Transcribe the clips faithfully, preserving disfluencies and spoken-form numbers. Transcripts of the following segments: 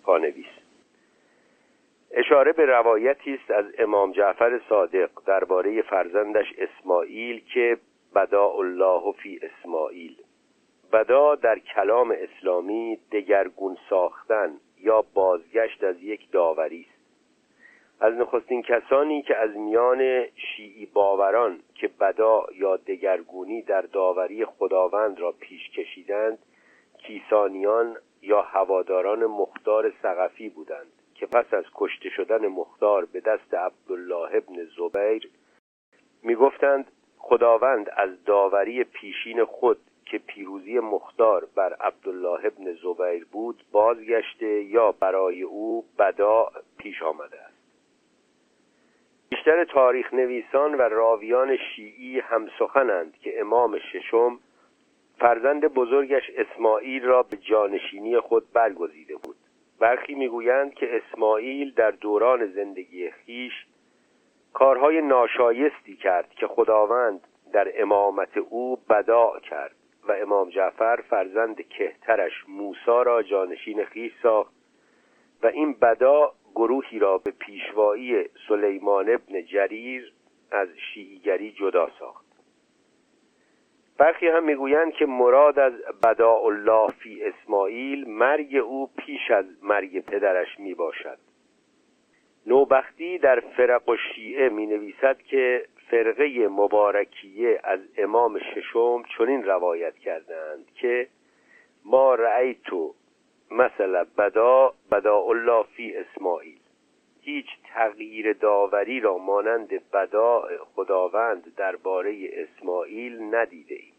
پانویس. اشاره به روایتی است از امام جعفر صادق درباره فرزندش اسماعیل که بدا الله فی اسماعیل. بدا در کلام اسلامی دگرگون ساختن یا بازگشت از یک داوری است. از نخستین کسانی که از میان شیعی باوران که بدا یا دگرگونی در داوری خداوند را پیش کشیدند کیسانیان یا هواداران مختار ثقفی بودند که پس از کشته شدن مختار به دست عبدالله ابن زبیر می گفتند خداوند از داوری پیشین خود که پیروزی مختار بر عبدالله ابن زبیر بود بازگشته یا برای او بدا پیش آمده است. بیشتر تاریخ نویسان و راویان شیعی هم سخنند که امام ششم فرزند بزرگش اسماعیل را به جانشینی خود برگزیده بود. برخی میگویند که اسماعیل در دوران زندگی خیش کارهای ناشایستی کرد که خداوند در امامت او بدا کرد و امام جعفر فرزند کهترش موسی را جانشین خیش ساخت و این بدا گروهی را به پیشوایی سلیمان ابن جریر از شیعیگری جدا ساخت. برخی هم میگویند که مراد از بدا الله فی اسماعیل مرگ او پیش از مرگ پدرش می باشد. نوبختی در فرق و شیعه می نویسد که فرقه مبارکیه از امام ششم چنین روایت کردند که ما رأیتو مثلا بدا بدا الله فی اسماعیل، هیچ تغییر داوری را مانند بدا خداوند درباره اسماعیل ندیده ایم.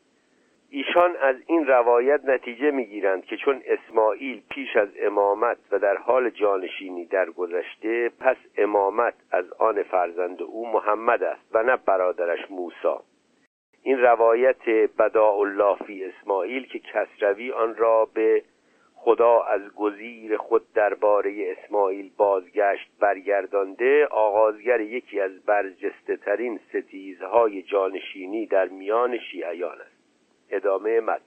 ایشان از این روایت نتیجه میگیرند که چون اسماعیل پیش از امامت و در حال جانشینی درگذشته پس امامت از آن فرزند او محمد است و نه برادرش موسی. این روایت بدا الله فی اسماعیل که کسروی آن را به خدا از گزیر خود درباره اسماعیل بازگشت برگردانده آغازگر یکی از برجسته ترین ستیزهای جانشینی در میان شیعیان است. ادامه متن.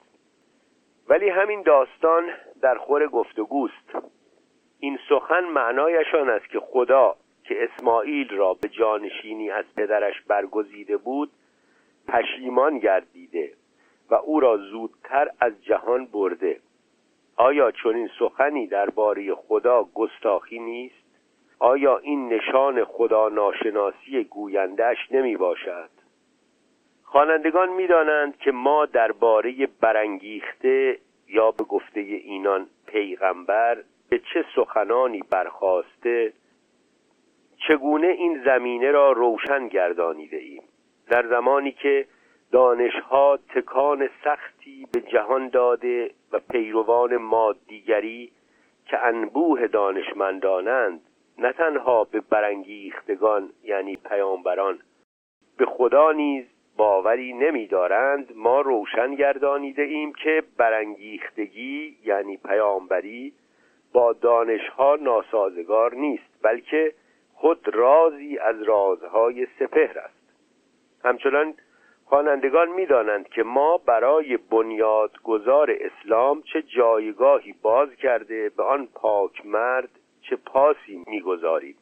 ولی همین داستان در خور گفتگوست. این سخن معنایشان است که خدا که اسماعیل را به جانشینی از پدرش برگزیده بود پشیمان گردیده و او را زودتر از جهان برده. آیا چنین سخنی درباره خدا گستاخی نیست؟ آیا این نشان خدا ناشناسی گوینده‌اش نمی باشد؟ خوانندگان می دانند که ما درباره برانگیخته یا به گفته اینان پیغمبر به چه سخنانی برخاسته چگونه این زمینه را روشن گردانیده ایم. در زمانی که دانشها تکان سختی به جهان داده و پیروان مادیگری که انبوه دانشمندانند نه تنها به برانگیختگان یعنی پیامبران به خدا نیز باوری نمی دارند، ما روشن گردانیده ایم که برانگیختگی یعنی پیامبری با دانشها ناسازگار نیست بلکه خود رازی از رازهای سپهر است. همچنان خوانندگان می‌دانند که ما برای بنیادگذار اسلام چه جایگاهی باز کرده به آن پاک مرد چه پاسی می‌گذاریم.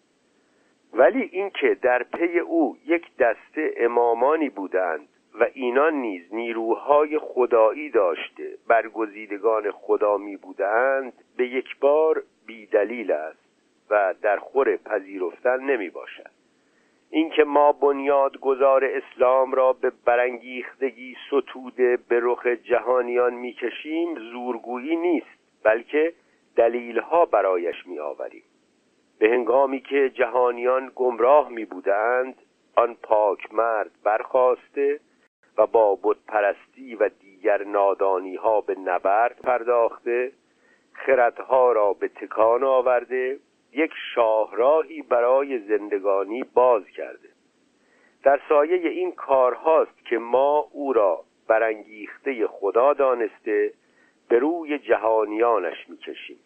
ولی اینکه در پی او یک دسته امامانی بودند و اینان نیز نیروهای خدایی داشته برگزیدگان خدا می بودند به یک بار بی دلیل است و در خور پذیرفتن نمی باشد. اینکه ما بنیادگذار اسلام را به برانگیختگی ستوده به رخ جهانیان می کشیم زورگویی نیست بلکه دلیلها برایش می آوریم. به هنگامی که جهانیان گمراه می بودند آن پاک مرد برخاسته و با بت پرستی و دیگر نادانی ها به نبرد پرداخته، خردها را به تکان آورده، یک شاهراهی برای زندگانی باز کرده. در سایه این کارهاست که ما او را برانگیخته خدا دانسته به روی جهانیانش می‌کشیم.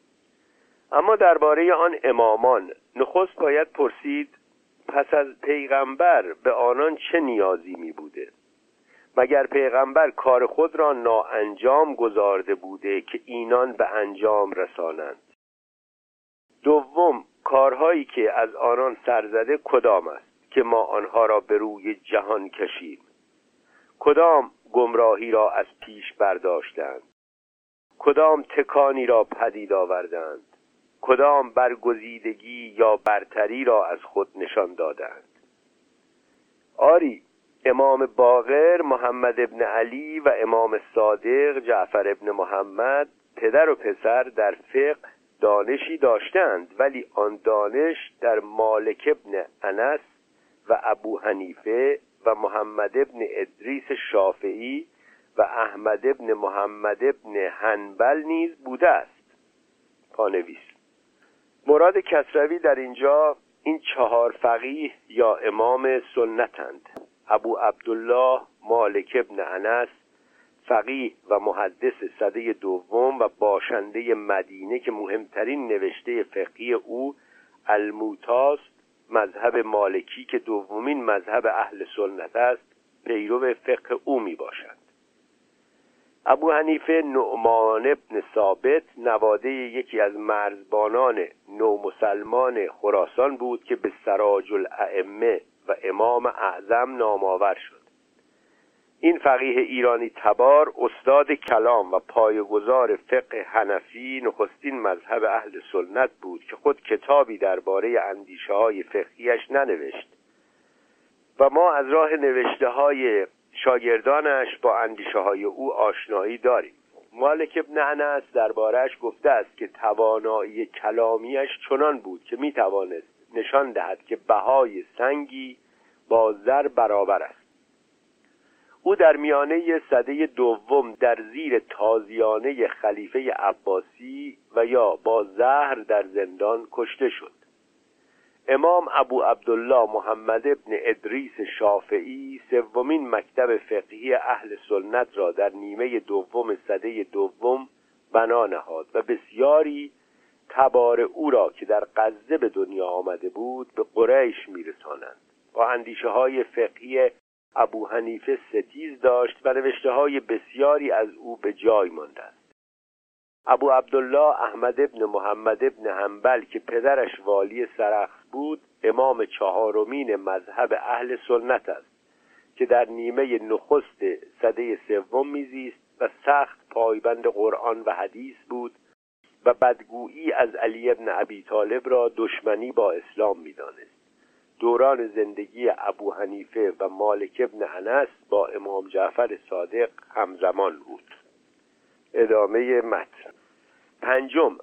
اما درباره آن امامان نخست باید پرسید پس از پیغمبر به آنان چه نیازی می بوده؟ مگر پیغمبر کار خود را ناانجام گذارده بوده که اینان به انجام رسانند؟ دوم، کارهایی که از آنان سرزده کدام است که ما آنها را به روی جهان کشیم؟ کدام گمراهی را از پیش برداشتند؟ کدام تکانی را پدید آوردند؟ کدام برگزیدگی یا برتری را از خود نشان دادند؟ آری، امام باقر محمد ابن علی و امام صادق جعفر ابن محمد پدر و پسر در فقه دانشی داشتند، ولی آن دانش در مالک ابن انس و ابو حنیفه و محمد ابن ادریس شافعی و احمد ابن محمد ابن حنبل نیز بوده است. پانویس: مراد کسروی در اینجا این چهار فقیه یا امام سنتند: ابو عبدالله مالک ابن انس، فقیه و محدث سده دوم و باشنده مدینه که مهمترین نوشته فقهی او الموطاست، مذهب مالکی که دومین مذهب اهل سنت است، پیرو فقه او می باشند. ابو حنیفه نعمان ابن ثابت نواده یکی از مرزبانان نومسلمان خراسان بود که به سراج الائمه و امام اعظم نام آور شد. این فقیه ایرانی تبار استاد کلام و پایه‌گذار فقه حنفی نخستین مذهب اهل سنت بود که خود کتابی درباره اندیشه‌های فقهیش ننوشت و ما از راه نوشته‌های شاگردانش با اندیشه‌های او آشنایی داریم. مالک ابن انس درباره‌اش گفته است که توانایی کلامیش چنان بود که می‌توانست نشان دهد که بهای سنگی با زر برابر است. او در میانه سده دوم در زیر تازیانه خلیفه عباسی و یا با زهر در زندان کشته شد. امام ابو عبدالله محمد ابن ادریس شافعی سومین مکتب فقهی اهل سنت را در نیمه دوم سده دوم بنا نهاد و بسیاری تبار او را که در غزه به دنیا آمده بود به قریش میرسانند. با اندیشه های فقهی ابو حنیفه ستیز داشت و نوشته های بسیاری از او به جای مانده است. ابو عبدالله احمد ابن محمد ابن حنبل که پدرش والی سرخس بود، امام چهارمین مذهب اهل سنت است که در نیمه نخست سده سوم میزیست و سخت پایبند قرآن و حدیث بود و بدگویی از علی ابن ابی طالب را دشمنی با اسلام میدانست. دوران زندگی ابو حنیفه و مالک ابن انس با امام جعفر صادق همزمان بود. ادامه متن. پنجم،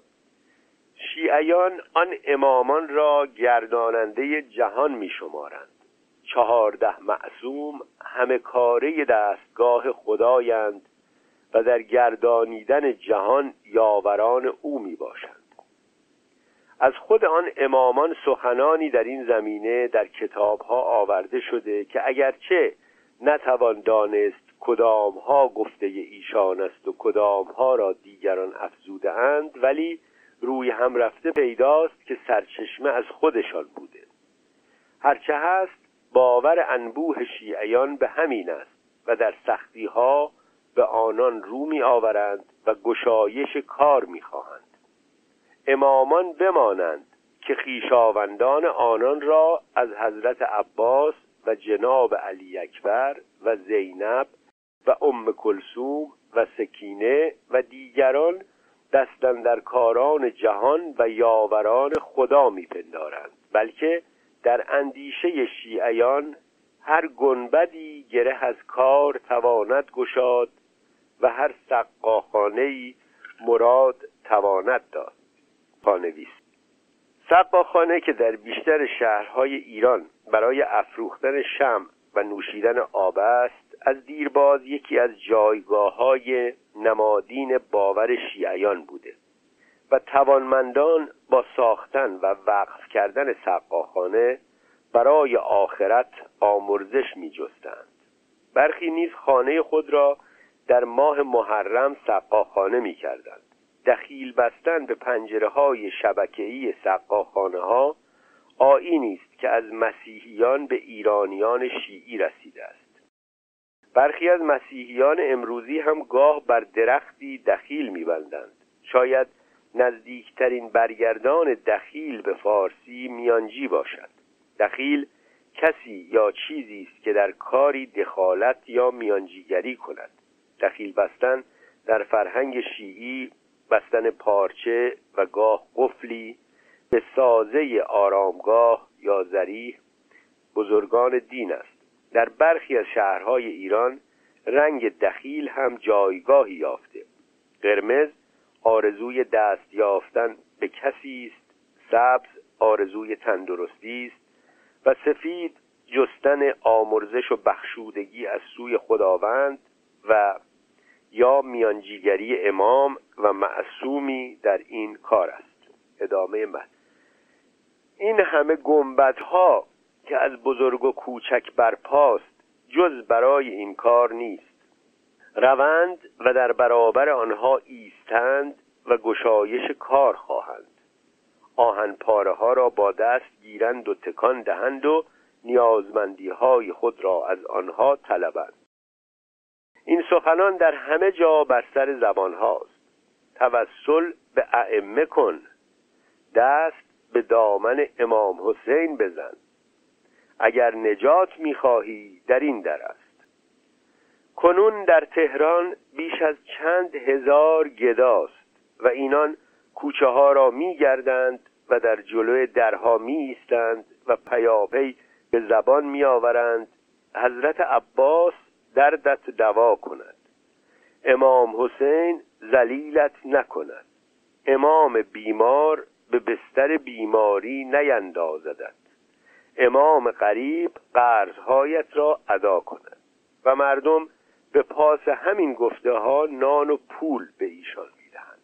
شیعیان آن امامان را گرداننده جهان می شمارند. چهارده معصوم همه کاره دستگاه خدایند و در گردانیدن جهان یاوران او می باشند. از خود آن امامان سخنانی در این زمینه در کتابها آورده شده که اگرچه نتوان دانست کدامها گفته ایشان است و کدامها را دیگران افزوده اند، ولی روی هم رفته پیداست که سرچشمه از خودشان بوده. هرچه هست باور انبوه شیعیان به همین است و در سختی‌ها به آنان رو می آورند و گشایش کار می خواهند. امامان بمانند که خویشاوندان آنان را از حضرت عباس و جناب علی اکبر و زینب و ام کلثوم و سکینه و دیگران دستن در کاران جهان و یاوران خدا میپندارند، بلکه در اندیشه شیعیان هر گنبدی گره از کار تواند گشاد و هر سقاخانه‌ای مراد تواند داد. پانویس: سقاخانه که در بیشتر شهرهای ایران برای افروختن شمع و نوشیدن آب است، از دیرباز یکی از جایگاه‌های نمادین باور شیعیان بوده و توانمندان با ساختن و وقف کردن سقاخانه برای آخرت آمرزش می‌جستند. برخی نیز خانه خود را در ماه محرم سقاخانه می‌کردند. دخیل بستن به پنجره‌های شبکه‌ای سقاخانه‌ها آیینی است که از مسیحیان به ایرانیان شیعی رسیده است. برخی از مسیحیان امروزی هم گاه بر درختی دخیل می‌بندند. شاید نزدیکترین برگردان دخیل به فارسی میانجی باشد. دخیل کسی یا چیزی است که در کاری دخالت یا میانجیگری کند. دخیل بستن در فرهنگ شیعی بستن پارچه و گاه قفلی به سازه آرامگاه یا ذریح بزرگان دین است. در برخی از شهرهای ایران رنگ دخیل هم جایگاهی یافته. قرمز آرزوی دست یافتن به کسی است، سبز آرزوی تندرستی است و سفید جستن آمرزش و بخشودگی از سوی خداوند و یا میانجیگری امام و معصومی در این کار است. ادامه من. این همه گنبدها که از بزرگ و کوچک برپاست جز برای این کار نیست. روند و در برابر آنها ایستند و گشایش کار خواهند. آهن پاره ها را با دست گیرند و تکان دهند و نیازمندی های خود را از آنها طلبند. این سخنان در همه جا بر سر زبان هاست. توسل به ائمه کن، دست به دامن امام حسین بزن. اگر نجات می‌خواهی در این در است. کنون در تهران بیش از چند هزار گداست و اینان کوچه ها را می‌گردند و در جلوی درها می‌ایستند و پیاپی به زبان می‌آورند حضرت عباس دردت دوا کند، امام حسین ذلیلت نکند، امام بیمار به بستر بیماری نیندازدت، امام غریب قرضهایت را ادا کند. و مردم به پاس همین گفته ها نان و پول به ایشان میدهند.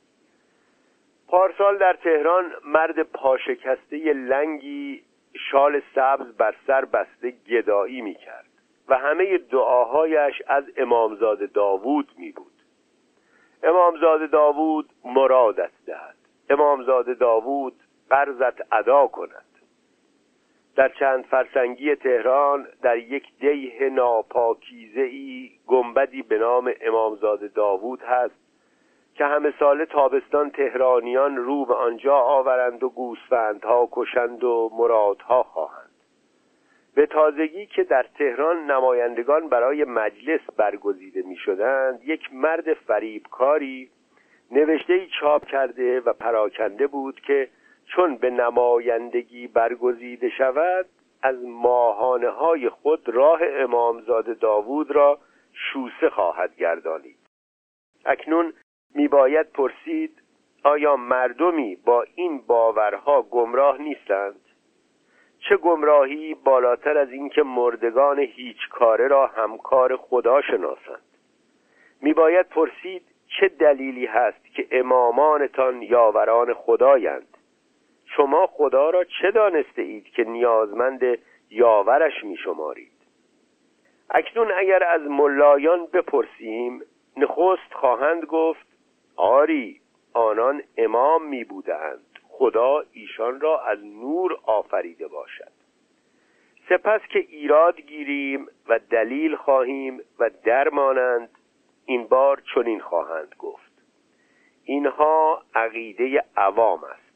پارسال در تهران مرد پاشکسته لنگی شال سبز بر سر بسته گدایی میکرد و همه دعاهایش از امامزاده داوود می بود. امامزاده داوود مرادت دهد، امامزاده داوود قرضت ادا کند. در چند فرسنگی تهران در یک دیه ناپاکیزه‌ای گنبدی به نام امامزاده داوود هست که همه سال تابستان تهرانیان رو به آنجا آورند و گوسفندها کشند و مرادها خواهند. به تازگی که در تهران نمایندگان برای مجلس برگزیده می شدند، یک مرد فریبکاری نوشته‌ای چاپ کرده و پراکنده بود که چون به نمایندگی برگزیده شود از ماهانه های خود راه امامزاده داوود را شوسه خواهد گردانید. اکنون می باید پرسید آیا مردمی با این باورها گمراه نیستند؟ چه گمراهی بالاتر از این که مردگان هیچ کاره را همکار خدا شناسند؟ می باید پرسید چه دلیلی هست که امامانتان یاوران خدایند؟ شما خدا را چه دانسته اید که نیازمند یاورش می شمارید؟ اکنون اگر از ملایان بپرسیم نخست خواهند گفت آری آنان امام می بودند، خدا ایشان را از نور آفریده باشد. سپس که ایراد گیریم و دلیل خواهیم و درمانند، این بار چنین خواهند گفت اینها عقیده عوام است.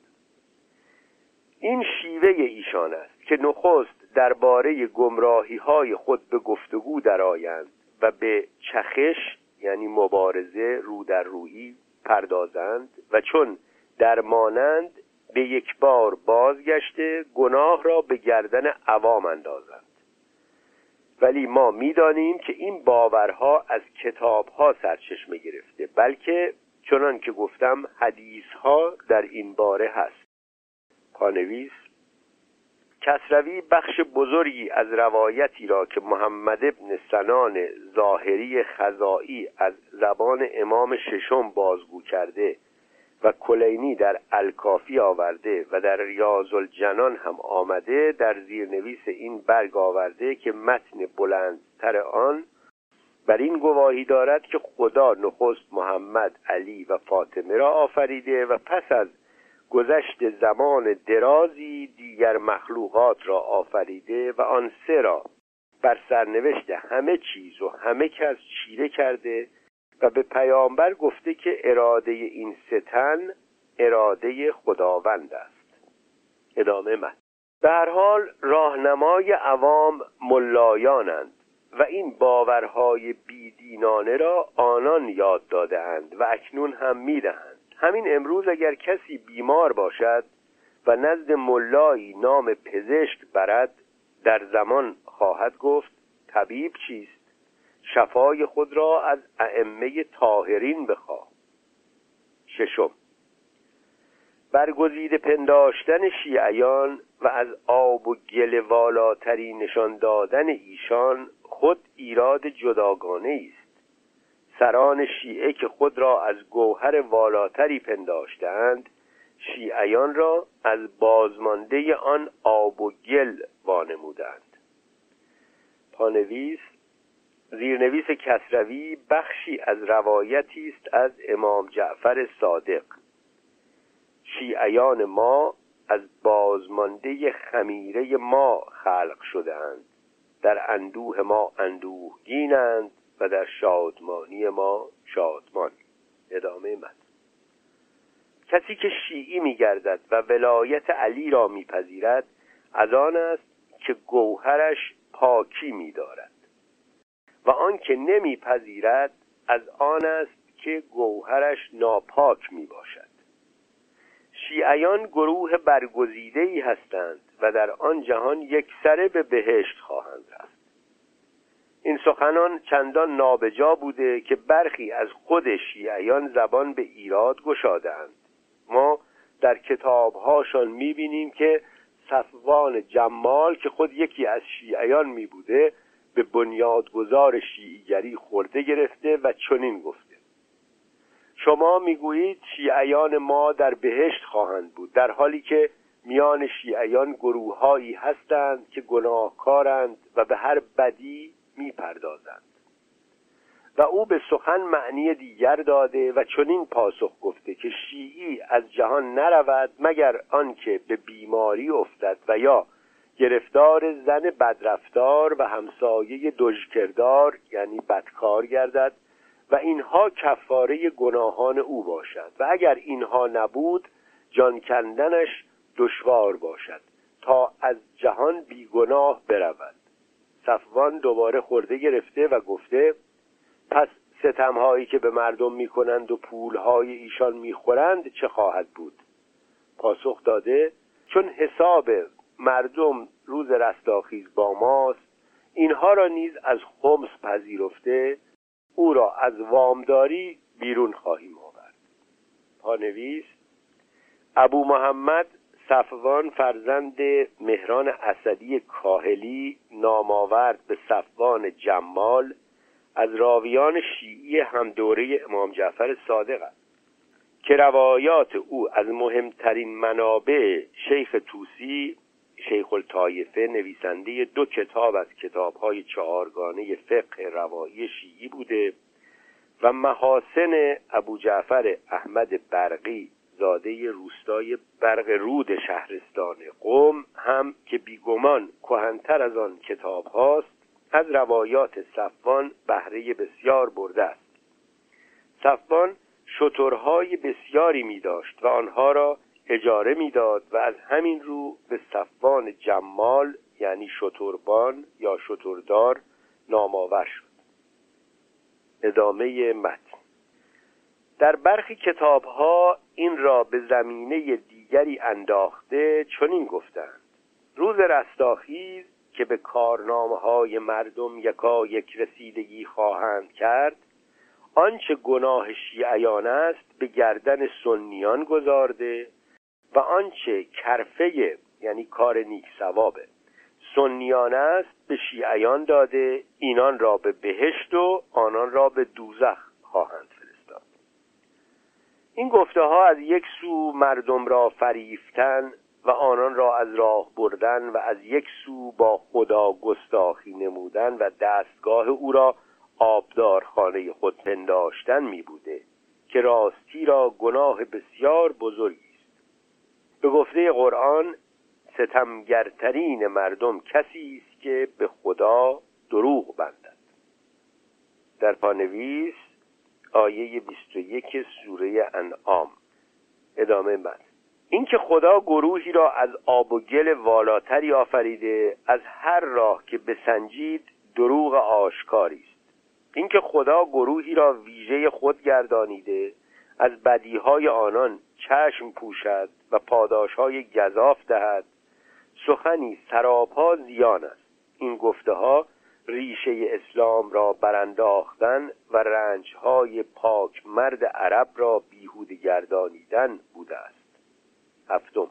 این شیوه ایشان است که نخست درباره گمراهی های خود به گفتگو درآیند و به چخش یعنی مبارزه رو در رویی پردازند و چون درمانند به یک بار بازگشته گناه را به گردن عوام اندازند. ولی ما می‌دانیم که این باورها از کتاب‌ها سرچشمه گرفته، بلکه چنان که گفتم حدیث‌ها در این باره هست. پانویس کسروی بخش بزرگی از روایتی را که محمد ابن سنان ظاهری خزائی از زبان امام ششم بازگو کرده و کلینی در الکافی آورده و در ریاض الجنان هم آمده، در زیرنویس این برگ آورده که متن بلندتر آن بر این گواهی دارد که خدا نخست محمد، علی و فاطمه را آفریده و پس از گذشت زمان درازی دیگر مخلوقات را آفریده و آن سه را بر سرنوشت همه چیز و همه کس چیره کرده و به پیامبر گفته که اراده این سه تن اراده خداوند است. ادامه متن. به هر حال راهنمای عوام ملایانند و این باورهای بیدینانه را آنان یاد داده‌اند و اکنون هم می‌دهند. همین امروز اگر کسی بیمار باشد و نزد ملایی نام پزشک برد، در زمان خواهد گفت طبیب چیست؟ شفای خود را از ائمه طاهرین بخواه. ششم، برگزیده پنداشتن شیعیان و از آب و گل والاتری نشان دادن ایشان خود ایراد جداگانه است. سران شیعه که خود را از گوهر والاتری پنداشتند، شیعیان را از بازمانده آن آب و گل وانمودند. پانویس زیرنویس کسروی بخشی از روایتی است از امام جعفر صادق: شیعیان ما از بازمانده خمیره ما خلق شده‌اند، در اندوه ما اندوهگینند و در شادمانی ما شادمان. ادامه متن. کسی که شیعی می‌گردد و ولایت علی را می‌پذیرد، از آن است که گوهرش پاکی می‌دارد، و آن که نمی‌پذیرد از آن است که گوهرش ناپاک می‌باشد. شیعیان گروه برگزیده‌ای هستند و در آن جهان یک سره به بهشت خواهند رفت. این سخنان چندان نابجا بوده که برخی از خود شیعیان زبان به ایراد گشادند. ما در کتابهاشان می‌بینیم که صفوان جمال که خود یکی از شیعیان می‌بوده، به بنیادگذار شیعیگری خورده گرفته و چنین گفته: شما میگویید شیعیان ما در بهشت خواهند بود، در حالی که میان شیعیان گروه‌هایی هستند که گناهکارند و به هر بدی میپردازند. و او به سخن معنی دیگر داده و چنین پاسخ گفته که شیعی از جهان نرود مگر آنکه به بیماری افتد و یا گرفتار زن بدرفتار و همسایه دژکردار یعنی بدکار گردد و اینها کفاره گناهان او باشد، و اگر اینها نبود جان کندنش دشوار باشد تا از جهان بیگناه برود. صفوان دوباره خورده گرفته و گفته: پس ستمهایی که به مردم میکنند و پولهای ایشان میخورند چه خواهد بود؟ پاسخ داده: چون حساب مردم روز رستاخیز با ماست، اینها را نیز از خمس پذیرفته او را از وامداری بیرون خواهیم آورد. پانویس ابو محمد صفوان فرزند مهران اسدی کاهلی نامآورد به صفوان جمال از راویان شیعی همدوره امام جعفر صادق است که روایات او از مهمترین منابع شیخ طوسی شیخ الطایفه نویسنده دو کتاب از کتاب‌های چهارگانه فقه روایی شیعی بوده و محاسن ابو جعفر احمد برقی زاده روستای برق رود شهرستان قم هم که بیگمان کهن‌تر از آن کتاب هاست از روایات صفوان بهره بسیار برده است. صفوان شترهای بسیاری می داشت و آنها را اجاره می داد و از همین رو به صفوان جمال یعنی شتربان یا شتردار نامآور شد. ادامه متن. در برخی کتاب‌ها این را به زمینه دیگری انداخته چنین گفتند: روز رستاخیز که به کارنامه‌های مردم یکا یک رسیدگی خواهند کرد، آنچه گناه شیعیان است به گردن سنیان گذارده و آنچه کرفه یعنی کار نیک ثوابه سنیان است به شیعیان داده، اینان را به بهشت و آنان را به دوزخ خواهند فرستاد. این گفته ها از یک سو مردم را فریفتن و آنان را از راه بردن و از یک سو با خدا گستاخی نمودن و دستگاه او را آبدارخانه خود پنداشتن می بوده که راستی را گناه بسیار بزرگی است. به گفته قرآن ستمگرترین مردم کسی است که به خدا دروغ بندد. در پانویس آیه بیست و یک سوره انعام. ادامه متن. این که خدا گروهی را از آب و گل والاتری آفریده، از هر راه که بسنجید دروغ آشکاری است. این که خدا گروهی را ویژه خود گردانیده، از بدیهای آنان چشم پوشد و پاداشهای گزاف دهد، سخنی سراپا زیان است. این گفته ها ریشه اسلام را برانداختن و رنجهای پاک مرد عرب را بیهوده گردانیدن بوده است. هفتم،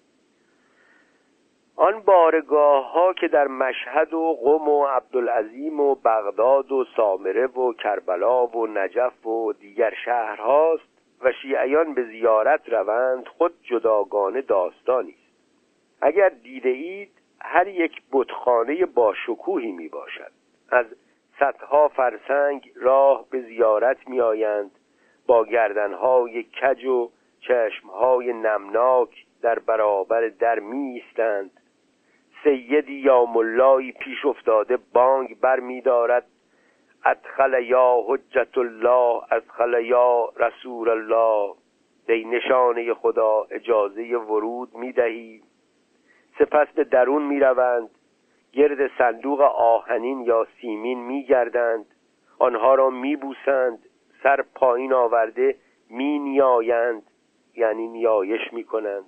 آن بارگاه ها که در مشهد و قم و عبدالعظیم و بغداد و سامره و کربلا و نجف و دیگر شهرهاست و شیعیان به زیارت روند، خود جداگانه داستانی است. اگر دیده اید هر یک بتخانه با شکوهی می باشد. از صدها فرسنگ راه به زیارت می آیند، با گردنهای کج و چشمهای نمناک در برابر در می ایستند. سیدی یا ملایی پیش افتاده بانگ بر می دارد: ادخل یا حجت الله، ادخل یا رسول الله. ای نشانه خدا اجازه ورود می دهی. سپس به درون می روند، گرد صندوق آهنین یا سیمین می گردند، آنها را می بوسند، سر پایین آورده می نیایند، یعنی نیایش می کنند.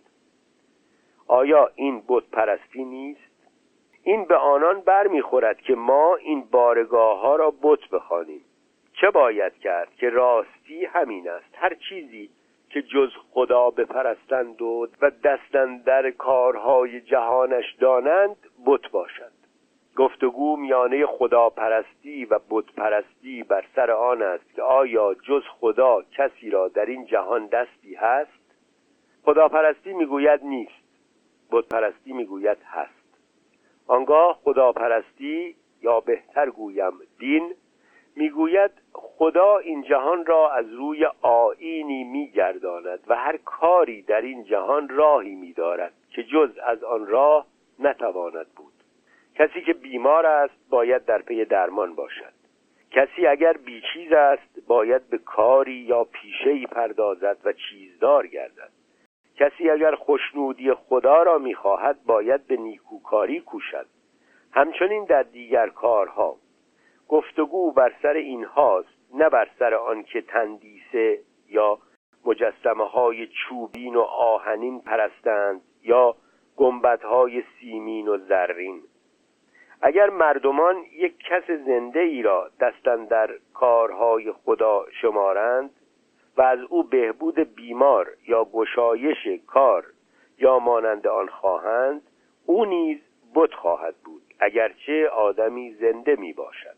آیا این بت پرستی نیست؟ این به آنان بر می خورد که ما این بارگاه ها را بت بخوانیم. چه باید کرد که راستی همین است؟ هر چیزی که جز خدا بپرستند و دستن در کارهای جهانش دانند بت باشد. گفتگو میانه خدا پرستی و بت پرستی بر سر آن است که آیا جز خدا کسی را در این جهان دستی هست؟ خدا پرستی میگوید نیست، بت پرستی میگوید هست. آنگاه خدا پرستی، یا بهتر گویم دین، میگوید خدا این جهان را از روی آیینی میگرداند و هر کاری در این جهان راهی میدارد که جز از آن راه نتواند بود. کسی که بیمار است باید در پی درمان باشد. کسی اگر بیچیز است باید به کاری یا پیشه‌ای پردازد و چیزدار گردد. کسی اگر خوشنودی خدا را میخواهد باید به نیکوکاری کوشد. همچنین در دیگر کارها. گفتگو بر سر این هاست، نه بر سر آن که تندیسه یا مجسمه های چوبین و آهنین پرستند یا گنبدهای سیمین و زرین. اگر مردمان یک کس زنده ای را دستن در کارهای خدا شمارند و از او بهبود بیمار یا گشایش کار یا مانند آن خواهند، او نیز بت خواهد بود، اگرچه آدمی زنده می باشد.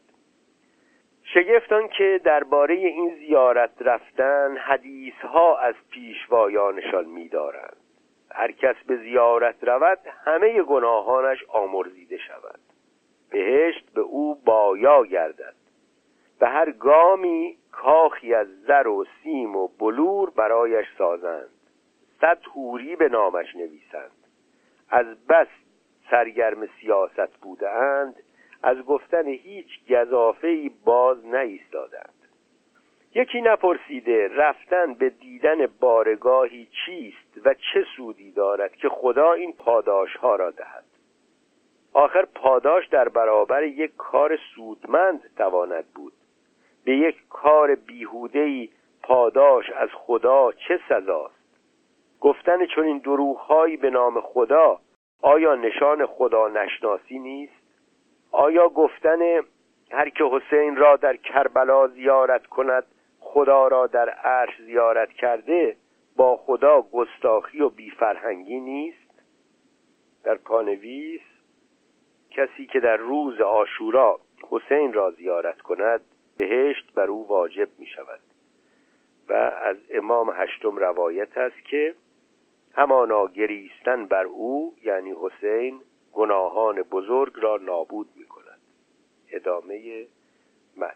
شگفتان که درباره این زیارت رفتن حدیثها از پیشوایانشان می دارند. هر کس به زیارت رود همه گناهانش آمرزیده شود، بهشت به او بایا گردد. به هر گامی کاخی از زر و سیم و بلور برایش سازند، صد حوری به نامش نویسند. از بس سرگرم سیاست بوده اند از گفتن هیچ گزافه‌ای باز نایستادند. یکی نپرسیده رفتن به دیدن بارگاهی چیست و چه سودی دارد که خدا این پاداش ها را دهد؟ آخر پاداش در برابر یک کار سودمند تواند بود. به یک کار بیهوده‌ای پاداش از خدا چه سزاست؟ گفتن چنین دروغ‌هایی به نام خدا آیا نشان خدا نشناسی نیست؟ آیا گفتن هر که حسین را در کربلا زیارت کند خدا را در عرش زیارت کرده با خدا گستاخی و بیفرهنگی نیست؟ در پانویس کسی که در روز عاشورا حسین را زیارت کند بهشت بر او واجب می شود. و از امام هشتم روایت است که همانا گریستن بر او، یعنی حسین، گناهان بزرگ را نابود می کند. ادامه متن.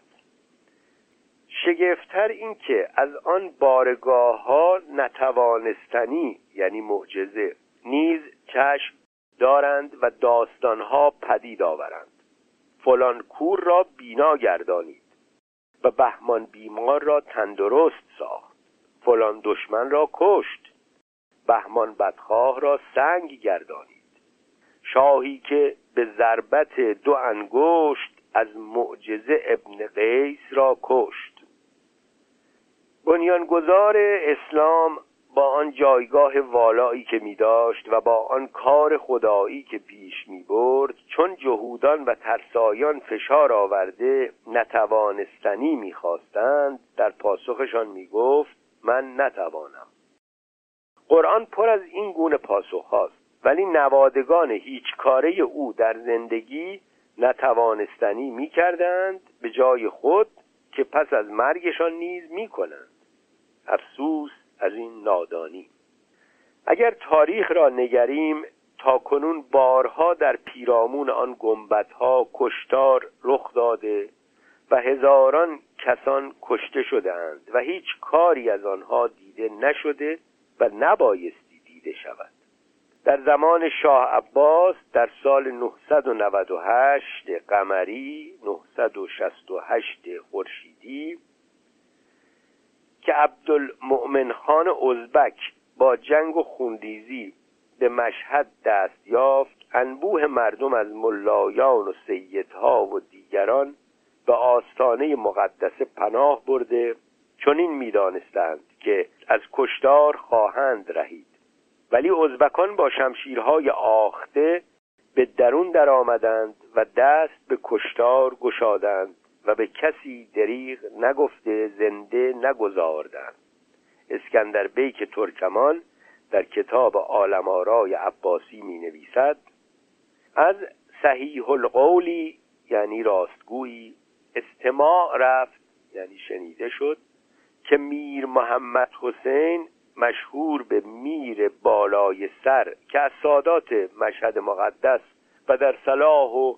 شگفت‌تر این که از آن بارگاه ها نتوانستنی، یعنی معجزه، نیز چشم دارند و داستانها پدید آورند. فلان کور را بینا گردانید و بهمان بیمار را تندرست ساخت. فلان دشمن را کشت، بهمان بدخواه را سنگ گردانید. شاهی که به ضربت دو انگشت از معجزه ابن قیس را کشت. بنیانگذار اسلام با آن جایگاه والایی که می داشت و با آن کار خدایی که پیش می برد، چون جهودان و ترسایان فشار آورده نتوانستنی می خواستند، در پاسخشان می گفت من نتوانم. قرآن پر از این گونه پاسخ هاست، ولی نوادگان هیچ کاره او در زندگی نتوانستنی می کردند به جای خود که پس از مرگشان نیز می کنند. افسوس از این نادانی. اگر تاریخ را نگریم، تا کنون بارها در پیرامون گنبدها گنبدها کشتار رخ داده و هزاران کسان کشته شده‌اند و هیچ کاری از آنها دیده نشده و نبایستی دیده شود. در زمان شاه عباس در سال نهصد و نود و هشت قمری، نهصد و شصت و هشت خورشیدی، که عبدالمؤمن خان ازبک با جنگ و خونریزی به مشهد دست یافت، انبوه مردم از ملایان و سیدها و دیگران به آستانه مقدسه پناه برده، چون این می‌دانستند که از کشتار خواهند رهید. ولی ازبکان با شمشیرهای آخته به درون در آمدند و دست به کشتار گشادند و به کسی دریغ نگفته زنده نگذاردند. اسکندر بیک ترکمان در کتاب عالم آرای عباسی می نویسد: از صحیح القولی یعنی راستگویی استماع رفت یعنی شنیده شد که میر محمد حسین مشهور به میر بالای سر که از سادات مشهد مقدس و در صلاح و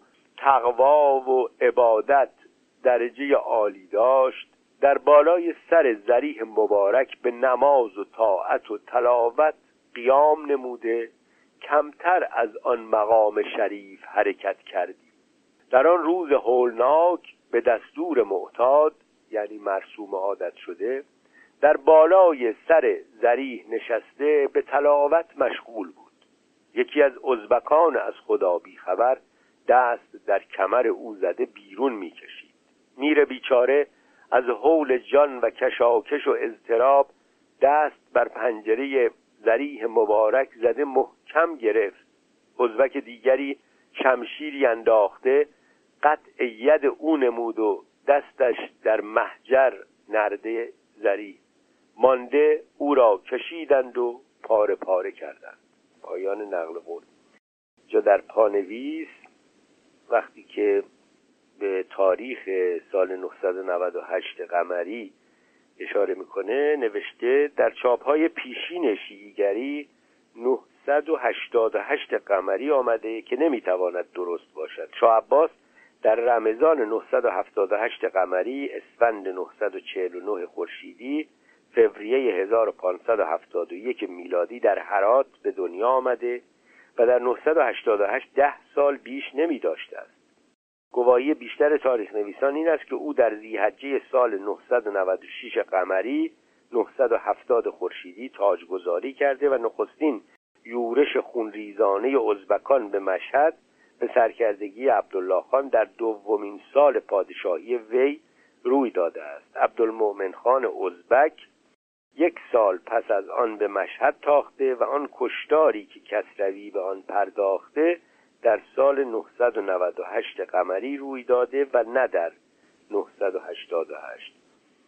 تقوا و عبادت درجه عالی داشت، در بالای سر ضریح مبارک به نماز و طاعت و تلاوت قیام نموده کمتر از آن مقام شریف حرکت کردی. در آن روز هولناک به دستور معتاد یعنی مرسوم عادت شده در بالای سر ضریح نشسته به تلاوت مشغول بود. یکی از ازبکان از خدا بیخبر دست در کمر او زده بیرون می‌کشید. میر بیچاره از هول جان و کشاکش و اضطراب دست بر پنجره ضریح مبارک زده محکم گرفت. ازبک دیگری شمشیری انداخته قطع ید او نمود و دستش در محجر نرده ضریح مانده او را کشیدند و پاره پاره کردند. پایان نقل قول. جا در پانویس وقتی که به تاریخ سال نهصد و نود و هشت قمری اشاره میکنه نوشته در چاپ‌های پیشین شیعیگری نهصد و هشتاد و هشت قمری آمده که نمیتواند درست باشد. شاه عباس در رمضان نهصد و هفتاد و هشت قمری، اسفند نهصد و چهل و نه خورشیدی، فوریه هزار و پانصد و هفتاد و یک میلادی در هرات به دنیا آمده و در نهصد و هشتاد و هشت ده سال بیش نمی داشته است. گواهی بیشتر تاریخ نویسان این است که او در ذی‌حجه سال نهصد و نود و شش قمری نهصد و هفتاد خورشیدی تاجگذاری کرده و نخستین یورش خونریزانه ازبکان به مشهد به سرکردگی عبدالله خان در دومین سال پادشاهی وی روی داده است. عبدالمؤمن خان ازبک یک سال پس از آن به مشهد تاخته و آن کشتاری که کسروی به آن پرداخته در سال نهصد و نود و هشت قمری روی داده و نه در نهصد و هشتاد و هشت.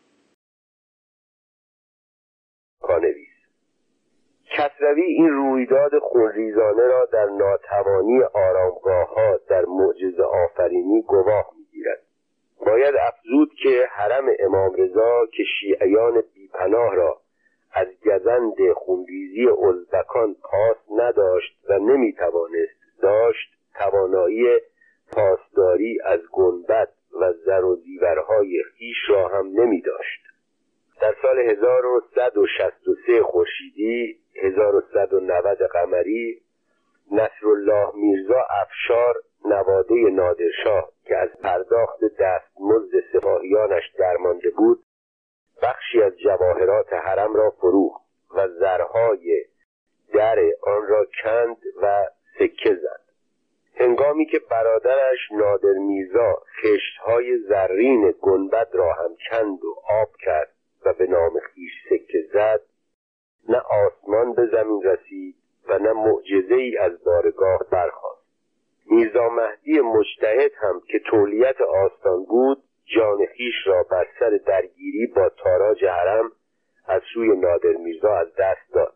پانویس: کسروی این رویداد خونریزانه را در ناتوانی آرامگاه‌ها در معجزه آفرینی گواه می‌گیرد. باید افزود که حرم امام رضا که شیعیان بیپناه را از گزند خونریزی ازبکان پاس نداشت و نمی‌توانست داشت، توانایی پاسداری از گنبد و زر و زیورهای خویش را هم نمی‌داشت. در سال هزار و صد و شصت و سه خورشیدی هزار و صد و نود قمری نصرالله میرزا افشار نواده نادرشاه که از پرداخت دستمزد سپاهیانش درمانده بود، بخشی از جواهرات حرم را فروخت و زرهای در آن را کند و سکه زد. هنگامی که برادرش نادر میرزا خشتهای زرین گنبد را هم کند و آب کرد و به نام خویش سکه زد، نه آسمان به زمین رسید و نه معجزه‌ای از بارگاه برخاست. میرزا مهدی مجتهد هم که تولیت آستان بود، جان خویش را بر سر درگیری با تاراج حرم از سوی نادر میرزا از دست داد.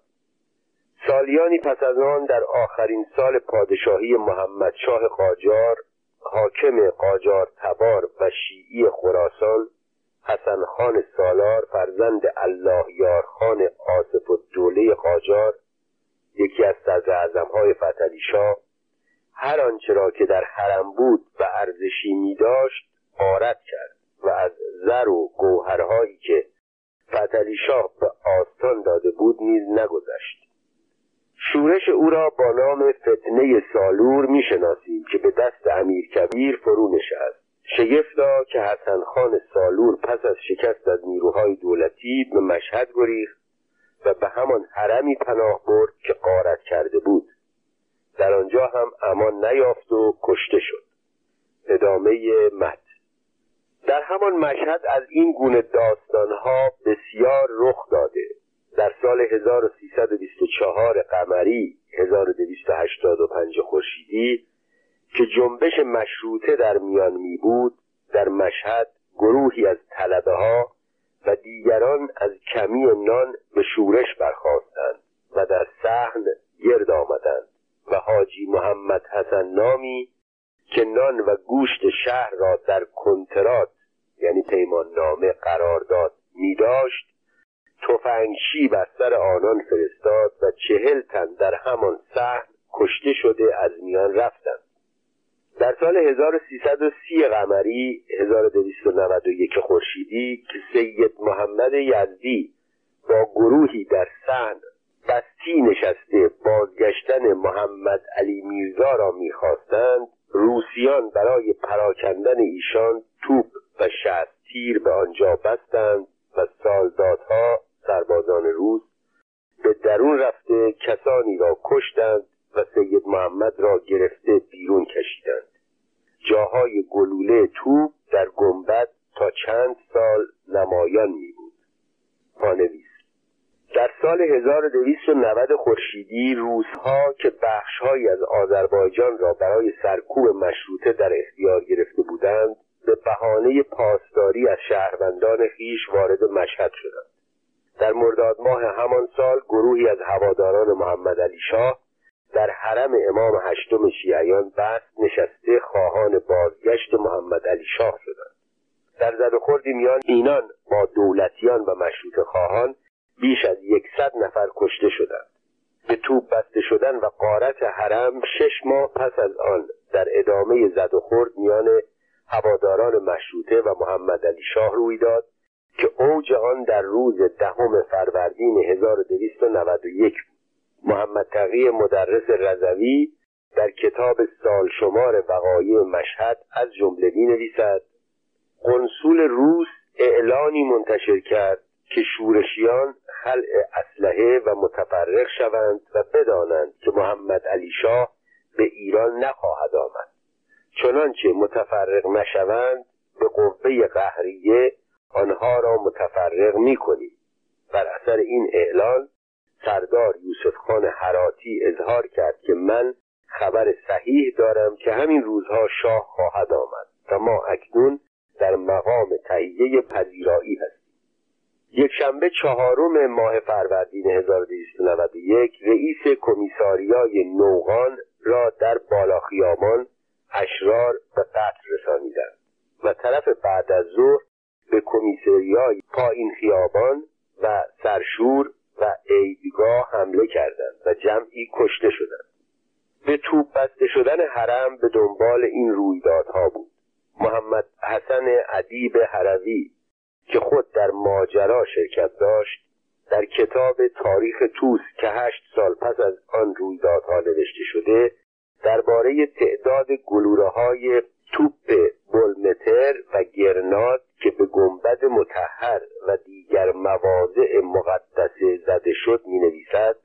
سالیانی پس از آن در آخرین سال پادشاهی محمد شاه قاجار، حاکم قاجار تبار و شیعی خراسان، حسن خان سالار فرزند الله یار خان آصف الدوله قاجار، یکی از صدراعظم‌های فتحعلی شاه، هر آنچه را که در حرم بود و ارزشی می داشت غارت کرد و از زر و گوهرهایی که فتحعلی شاه به آستان داده بود نیز نگذشت. شورش او را با نام فتنه سالور می شناسیم که به دست امیر کبیر فرو نشست. شگفتا که حسن خان سالور پس از شکست از نیروهای دولتی به مشهد گریخت و به همان حرمی پناه برد که غارت کرده بود. در آنجا هم امان نیافت و کشته شد. ادامه متن. در همان مشهد از این گونه داستانها بسیار رخ داده. در سال هزار و سیصد و بیست و چهار قمری هزار و دویست و هشتاد و پنج خورشیدی که جنبش مشروطه در میان می بود، در مشهد گروهی از طلبه ها و دیگران از کمی نان به شورش برخاستند و در صحن گرد آمدند و حاجی محمد حسن نامی که نان و گوشت شهر را در کنترات یعنی پیمان نامه قرار داد می داشت، تفنگچی بر سر آنان فرستاد و چهل تن در همان صحن کشته شده از میان رفتند. در سال هزار و سیصد و سی قمری هزار و دویست و نود و یک خورشیدی که سید محمد یزدی با گروهی در صحن بستی نشسته بازگشتن محمد علی میرزا را می‌خواستند، روسیان برای پراکندن ایشان توپ و شست تیر به آنجا بستند و سالدادها سربازان روس به درون رفته کسانی را کشتند و سید محمد را گرفته بیرون کشیدند. جاهای گلوله توپ در گنبد تا چند سال نمایان می بود. پانویس. در سال هزار و دویست و نود خورشیدی روس‌ها که بخش‌هایی از آذربایجان را برای سرکوب مشروطه در اختیار گرفته بودند، به بهانه پاسداری از شهروندان خویش وارد مشهد شدند. در مرداد ماه همان سال گروهی از هواداران محمد علی شاه در حرم امام هشتم شیعیان بست نشسته خواهان بازگشت محمد علی شاه شدند. در زد و خوردی میان اینان با دولتیان و مشروطه خواهان بیش از یکصد نفر کشته شدند. به توپ بسته شدن و غارت حرم شش ماه پس از آن در ادامه زد و خورد میان هواداران مشروطه و محمد علی شاه روی داد که اوج آن در روز دهم فروردین هزار و دویست و نود و یک بود. محمد تقی مدرس رضوی در کتاب سال شمار وقایع مشهد از جمله می‌نویسد: قنصول روس اعلانی منتشر کرد که شورشیان خلع اسلحه و متفرق شوند و بدانند که محمد علی شاه به ایران نخواهد آمد. چنانچه متفرق نشوند به قوه قهریه آنها را متفرق می‌کنیم. بر اثر این اعلان سردار یوسف خان هراتی اظهار کرد که من خبر صحیح دارم که همین روزها شاه خواهد آمد و ما اکنون در مقام تهیه پذیرایی هستیم. یک شنبه چهارم ماه فروردین هزار و دویست و نود و یک رئیس کمیساریای نوقان را در بالاخیامان اشرار به قتل رسانیدند و طرف بعد از ظهر به کمیساریای پایین خیابان و سرشور و عیدگاه حمله کردند و جمعی کشته شدند. به توپ بسته شدن حرم به دنبال این رویدادها بود. محمد حسن ادیب هروی که خود در ماجرا شرکت داشت در کتاب تاریخ طوس که هشت سال پس از آن رویدادها نوشته شده درباره تعداد گلوله‌های توپ بولمتر و گرناط که به گنبد مطهر و دیگر مواضع مقدسه زده شد می‌نویسد: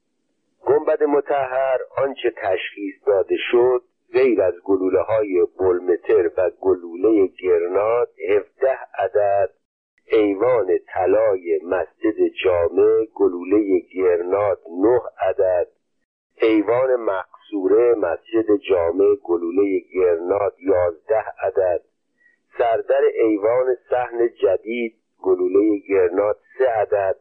گنبد مطهر آنچه تشخیص داده شد غیر از گلوله‌های بولمتر و گلوله گرناط هفده عدد ایوان طلای مسجد جامع، گلوله گرناط نه عدد، ایوان مقصوره مسجد جامع، گلوله گرناط یازده عدد، سردر ایوان صحن جدید، گلوله گرناط سه عدد،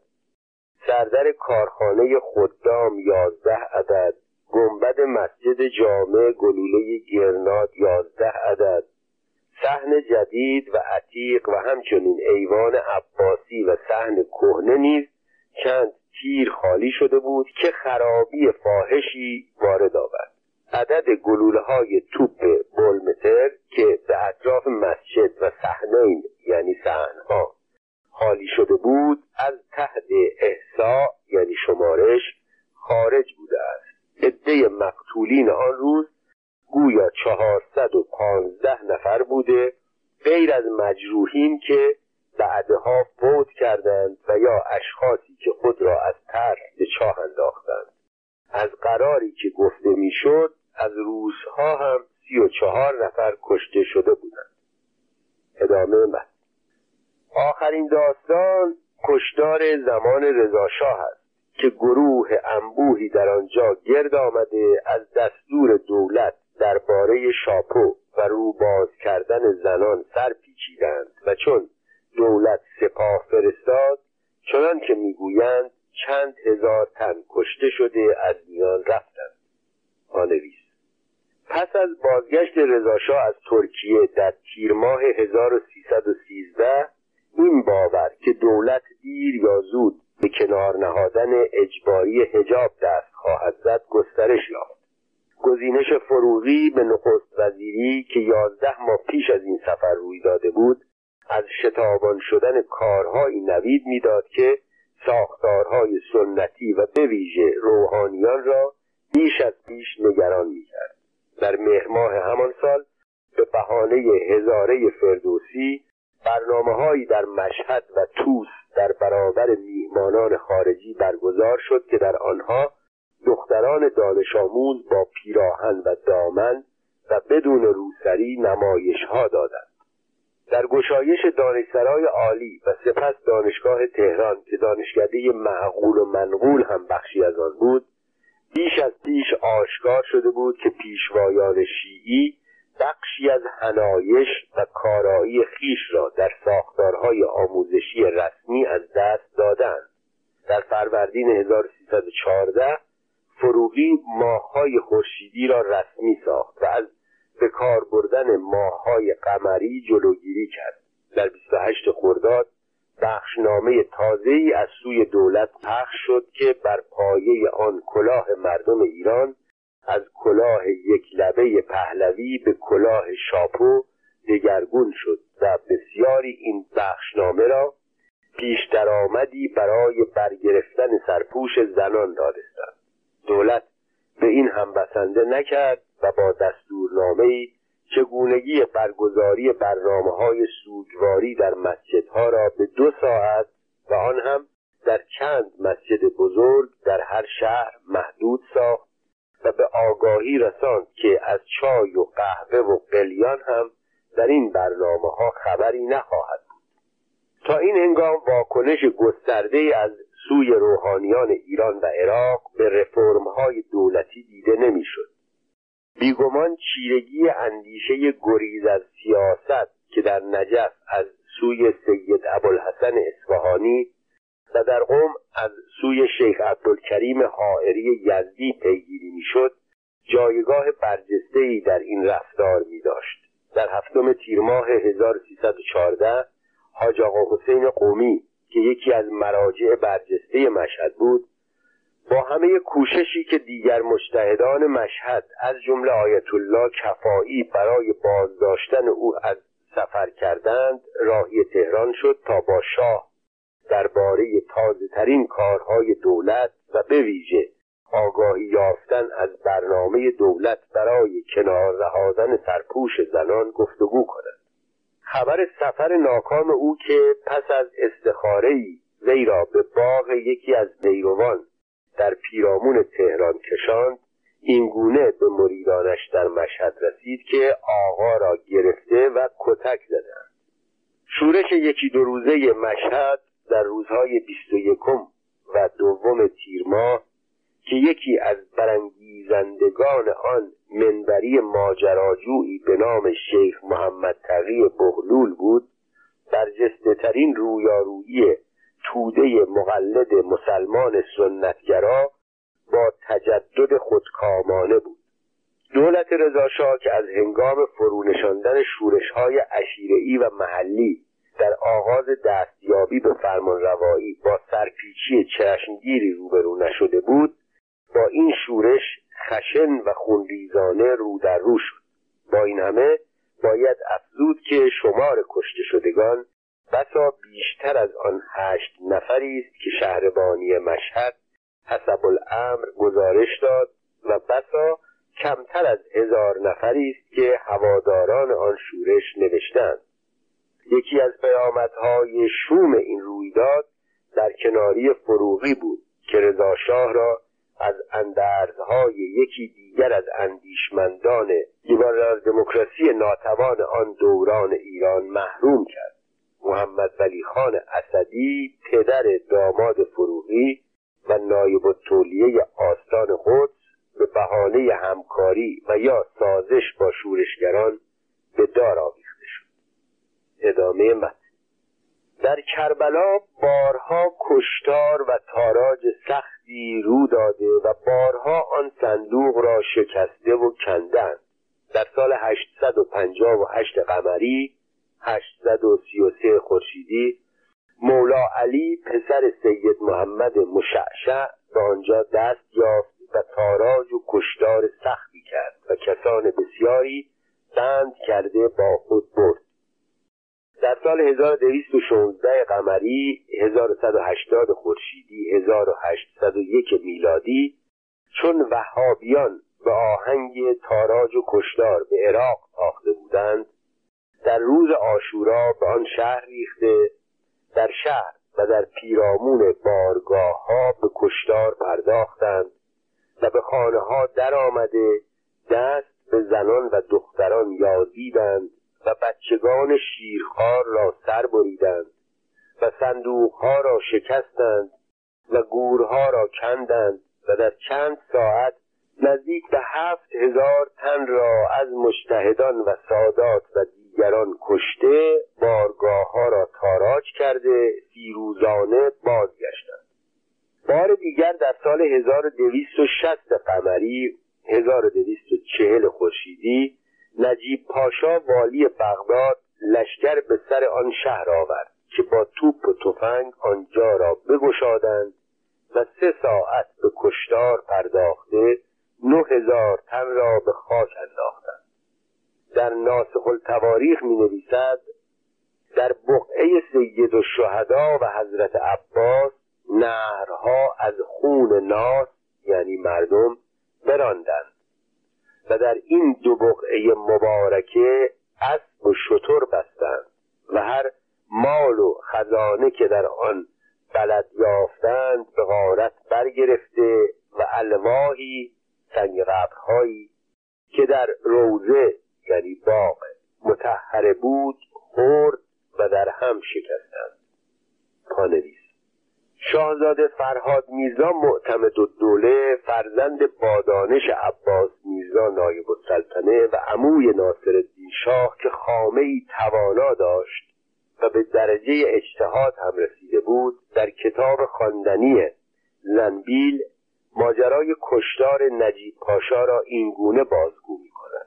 سردر کارخانه خدام یازده عدد، گنبد مسجد جامع، گلوله گرناط یازده عدد، صحن جدید و عتیق و همچنین ایوان عباسی و صحن کهنه نیز چند تیر خالی شده بود که خرابی فاحشی وارد آورد. عدد گلوله‌های توپ بولمتر که به اطراف مسجد و صحنین یعنی صحنها خالی شده بود از تحت احصاء یعنی شمارش خارج بوده است. عده مقتولین آن روز گویا چهارصد و پانزده نفر بوده، غیر از مجروحین که بعدها فوت کردند و یا اشخاصی که خود را از ترس به چاه انداختند. از قراری که گفته میشد از روس‌ها هم سی و چهار نفر کشته شده بودند. ادامه متن. آخرین داستان کشتار زمان رضاشاه است که گروه انبوهی در آنجا گرد آمده از دستور دولت درباره شاپو و روباز کردن زنان سر پیچیدند و چون دولت سپاه فرستاد چنان که میگویند چند هزار تن کشته شده از میان رفتند. آنویس: پس از بازگشت رضاشاه از ترکیه در تیر ماه هزار و سیصد و سیزده این باور که دولت دیر یا زود به کنار نهادن اجباری حجاب دست خواهد زد گسترش یافت. گزینش فروغی به نخست وزیری که یازده ماه پیش از این سفر روی داده بود از شتابان شدن کارهایی نوید میداد که ساختارهای سنتی و به ویژه روحانیان را بیش از پیش نگران می‌کرد. در مهر ماه همان سال به بهانه هزاره فردوسی برنامه‌هایی در مشهد و طوس در برابر میهمانان خارجی برگزار شد که در آنها دختران دانش آموز با پیراهن و دامن و بدون روسری نمایش‌ها دادند. در گشایش دانشسرای عالی و سپس دانشگاه تهران که دانشکده معقول و منقول هم بخشی از آن بود، بیش از پیش آشکار شده بود که پیشوایان شیعی بخشی از حنایش و کارایی خیش را در ساختارهای آموزشی رسمی از دست دادند. در فروردین هزار و سیصد و چهارده فروغی ماه‌های خورشیدی را رسمی ساخت و از به کار بردن ماه‌های قمری جلوگیری کرد. در بیست و هشتم خرداد بخشنامه تازه‌ای از سوی دولت پخش شد که بر پایه آن کلاه مردم ایران از کلاه یک لبه پهلوی به کلاه شاپو دگرگون شد و بسیاری این بخشنامه را پیش درآمدی برای برگرفتن سرپوش زنان دانستند. دولت به این هم بسنده نکرد و با دستورنامه‌ای چگونگی برگزاری برنامه‌های سوگواری در مسجدها را به دو ساعت و آن هم در چند مسجد بزرگ در هر شهر محدود ساخت و به آگاهی رساند که از چای و قهوه و قلیان هم در این برنامه‌ها خبری نخواهد بود. تا این هنگام واکنش گسترده از سوی روحانیان ایران و عراق به رفرم‌های دولتی دیده نمی‌شد. بیگمان چیرگی اندیشه گریز از سیاست که در نجف از سوی سید ابوالحسن اصفهانی و در قم از سوی شیخ عبدالکریم حائری یزدی پیگیری میشد جایگاه برجسته‌ای در این رفتار می داشت. در هفتم تیر ماه هزار و سیصد و چهارده حاج آقا حسین قمی که یکی از مراجع برجسته مشهد بود با همه کوششی که دیگر مجتهدان مشهد از جمله آیت الله کفایی برای بازداشتن او از سفر کردند راهی تهران شد تا با شاه درباره تازه‌ترین کارهای دولت و به ویژه آگاهی یافتن از برنامه دولت برای کنار نهادن سرپوش زنان گفتگو کند. خبر سفر ناکام او که پس از استخاره‌ای وی را به باغ یکی از پیروان در پیرامون تهران کشاند، این گونه به مریدانش در مشهد رسید که آقا را گرفته و کتک زدند. شورش یکی دو روزه مشهد در روزهای بیست و یکم و دوم تیر ماه که یکی از برانگیزندگان آن منبری ماجراجویی به نام شیخ محمد تقی بغلول بود، برجسته ترین رویارویی توده مقلد مسلمان سنتگرا با تجدد خودکامانه بود. دولت رضاشاه که از هنگام فرونشاندن شورش‌های عشیره‌ای و محلی در آغاز دستیابی به فرمانروایی با سرپیچی چشمگیری روبرو نشده بود، با این شورش خشن و خونریزانه رو در رو شد. با این همه باید افزود که شمار کشته شدگان بسا بیشتر از آن هشت نفری است که شهربانی مشهد حسب الامر گزارش داد و بسا کمتر از هزار نفری است که هواداران آن شورش نوشتند. یکی از پیامدهای شوم این رویداد در کناری فروغی بود که رضاشاه را از اندرزهای یکی دیگر از اندیشمندان لیبرال دموکراسی ناتوان آن دوران ایران محروم کرد. محمد ولی خان اسدی، پدر داماد فروغی و نایب التولیه آستان قدس، به بهانه همکاری و یا سازش با شورشگران به دار آویخته شد. ادامه متن. در کربلا بارها کشتار و تاراج سختی رو داده و بارها آن صندوق را شکسته و کندند. در سال هشتصد و پنجاه و هشت قمری، هشتصد و سی و سه خورشیدی، مولا علی پسر سید محمد مشعشع به آنجا دست یافت و تاراج و کشتار سختی کرد و کسان بسیاری بند کرده با خود برد. در سال هزار و دویست و شانزده قمری، هزار و صد و هشتاد خورشیدی، هزار و هشتصد و یک میلادی، چون وهابیان به آهنگ تاراج و کشتار به عراق تاخته بودند، در روز عاشورا به آن شهر ریخته، در شهر و در پیرامون بارگاه ها به کشتار پرداختند و به خانه ها در آمده دست به زنان و دختران یازیدند و بچگان شیرخوار را سر بریدند و صندوقها را شکستند و گورها را کندند و در چند ساعت نزدیک به هفت هزار تن را از مجتهدان و سادات و دیگران کشته، بارگاه ها را تاراج کرده فیروزانه بازگشتند. بار دیگر در سال هزار و دویست و شصت قمری، هزار و دویست و چهل خورشیدی، نجیب پاشا والی بغداد لشکر به سر آن شهر آورد که با توپ و تفنگ آنجا را بگشادند و سه ساعت به کشتار پرداخته نه هزار تن را به خاک انداختند. در ناسخ التواریخ می نویسد در بقعه سید الشهدا و حضرت عباس نهرها از خون ناس یعنی مردم براندند و در این دو بقعه مبارکه اسب و شتر بستند و هر مال و خزانه که در آن بلد یافتند به غارت برگرفته و الواحی سنگ قبرهایی که در روضه یعنی باغ مطهره بود خورد و در هم شکستند. پانویس: شاهزاده فرهاد میرزا معتمدالدوله فرزند بادانش عباس میرزا نایب السلطنه و عموی ناصرالدین شاه که خامه‌ای توانا داشت و به درجه اجتهاد هم رسیده بود، در کتاب خواندنی زنبیل ماجرای کشتار نجیب پاشا را این گونه بازگو می‌کند: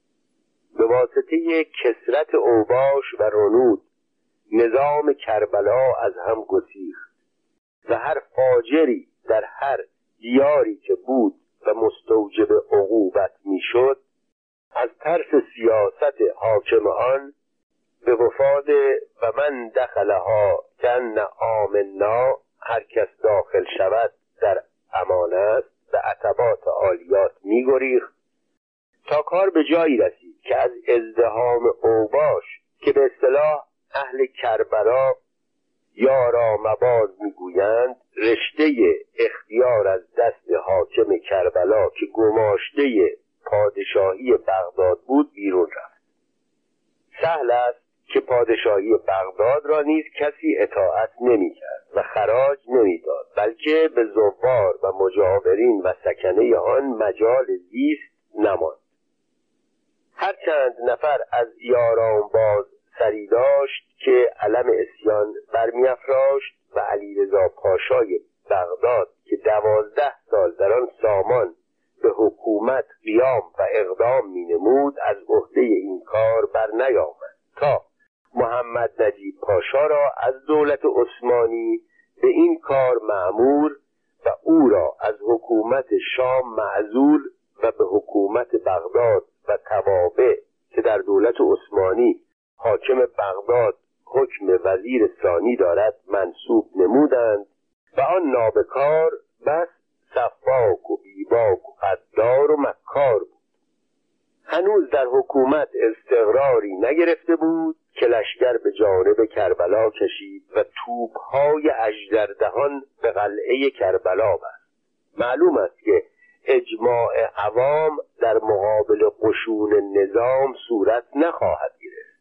به واسطه کثرت اوباش و رنود نظام کربلا از هم گسیخت و هر فاجری در هر دیاری که بود و مستوجب عقوبت میشد از ترس سیاست حاکم آن به وفاد و من دخلها کن آمنا، هر کس داخل شود در امان است، به عتبات عالیات می‌گریخت تا کار به جایی رسید که از ازدحام اوباش که به اصطلاح اهل کربلا یا را مباز میگویند، رشته اختیار از دست حاکم کربلا که گماشته پادشاهی بغداد بود بیرون رفت. سهل است که پادشاهی بغداد را نیز کسی اطاعت نمی‌کرد و خراج نمی‌داد، بلکه به زوار و مجاورین و سکنه آن مجال زیست نماند. هر چند نفر از یاران باز سری داشت که علم عصیان برمی‌افراشت و علیرضا پاشای بغداد که دوازده سال در آن سامان به حکومت قیام و اقدام می‌نمود از عهده این کار بر نیامد تا محمد نجیب پاشا را از دولت عثمانی به این کار مأمور و او را از حکومت شام معزول و به حکومت بغداد و توابع که در دولت عثمانی حاکم بغداد حکم وزیر ثانی دارد منصوب نمودند و آن نابکار بس سفاک و بیباک و غدار و مکار بود. هنوز در حکومت استقراری نگرفته بود که لشکر به جانب کربلا کشید و توپ‌های اژدردهان به قلعه کربلا بست. معلوم است که اجماع عوام در مقابل قشون نظام صورت نخواهد گرفت.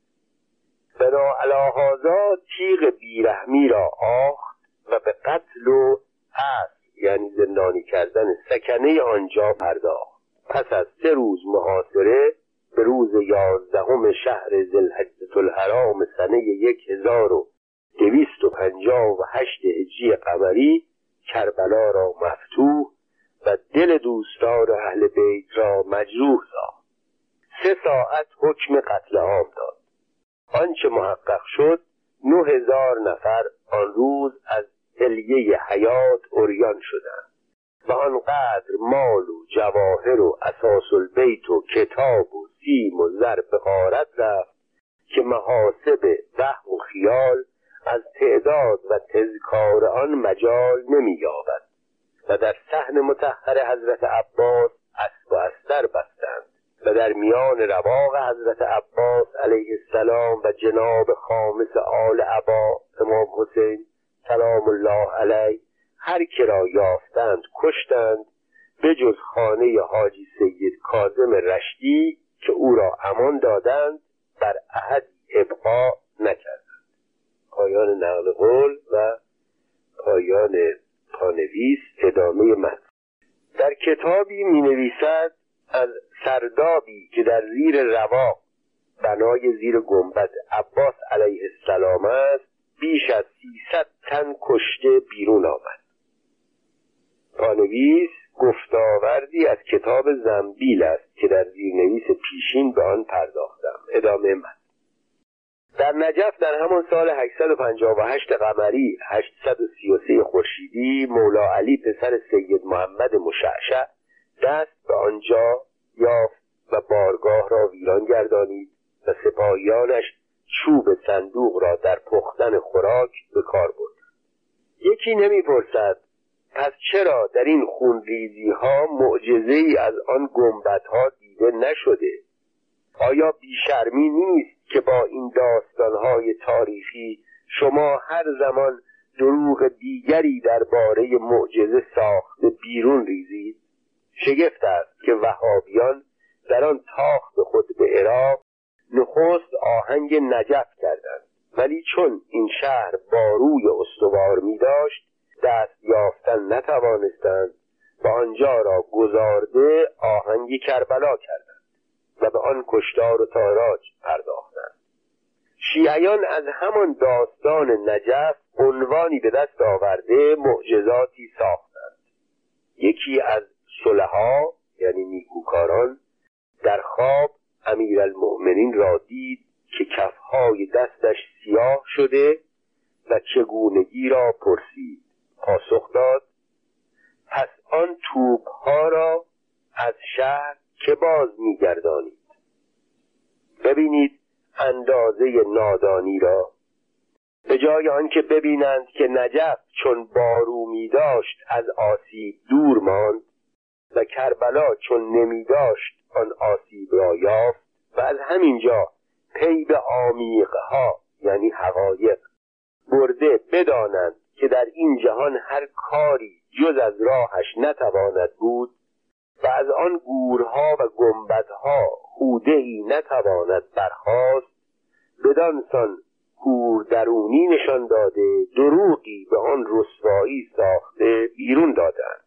بناعلی‌هذا تیغ بیرحمی را آخت و به قتل و اسر یعنی زندانی کردن سکنه آنجا پرداخت. پس از سه روز محاصره به روز یازدهم شهر ذوالحجة الحرام سنه یک هزار و دویست و پنجاه و هشت هجری قمری کربلا را مفتوح و دل دوستان اهل بیت را مجروح ساخت. سه ساعت حکم قتل عام داد. آنچه محقق شد نه هزار نفر آن روز از حلیه حیات عریان شدند و آنقدر مال و جواهر و اساس البیت و کتاب و سیم و زر به غارت رفت که محاسب وهم و خیال از تعداد و تذکار آن مجال نمی یابد و در صحن مطهر حضرت عباس اسب و استر بستند و در میان رواق حضرت عباس علیه السلام و جناب خامس آل عبا امام حسین سلام الله علیه هر که را یافتند کشتند به جز خانه حاجی سید کاظم رشتی که او را امان دادند بر احد ابقا نکردند. پایان نقل قول و پایان پانویس. ادامه متن. در کتابی می نویسد از سردابی که در زیر رواق بنای زیر گنبد عباس علیه السلام است بیش از سیصد تن کشته بیرون آمد. پانویس گفتاوردی از کتاب زنبیل است که در زیرنویس پیشین به آن پرداختم. ادامه متن. در نجف در همان سال هشتصد و پنجاه و هشت قمری هشتصد و سی و سه خورشیدی مولا علی پسر سید محمد مشعشع دست به آنجا یافت و بارگاه را ویران گردانید و سپاهیانش چوب صندوق را در پختن خوراک به کار بردند. یکی نمی‌پرسد پس چرا در این خونریزی ها معجزه‌ای از آن گنبدها دیده نشده؟ آیا بیشرمی نیست که با این داستان‌های تاریخی شما هر زمان دروغ دیگری درباره معجزه ساخته بیرون ریزید؟ شگفت است که وهابیان در آن تاخت خود به عراق نخست آهنگ نجف کردند، ولی چون این شهر باروی استوار می داشت دست یافتن نتوانستند و آنجا را گزارده آهنگ کربلا کردند و به آن کشتار و تاراج پرداختند. شیعیان از همان داستان نجف عنوانی به دست آورده معجزاتی ساختند. یکی از صلحا یعنی نیکوکاران در خواب امیرالمؤمنین را دید که کفهای دستش سیاه شده و چگونگی را پرسید. پاسخ داد پس آن توپها را از شهر که باز می‌گردانید؟ ببینید اندازه نادانی را. به جای آنکه ببینند که نجف چون بارو می داشت از آسیب دور ماند و کربلا چون نمی داشت آن آسیب را یافت و از همینجا پی به عمیقها یعنی حقایق برده بدانند که در این جهان هر کاری جز از راهش نتواند بود و از آن گورها و گنبدها خوده‌ای نتواند برخاست، بدانسان کور درونی نشان داده دروغی به آن رسوایی ساخته بیرون دادند.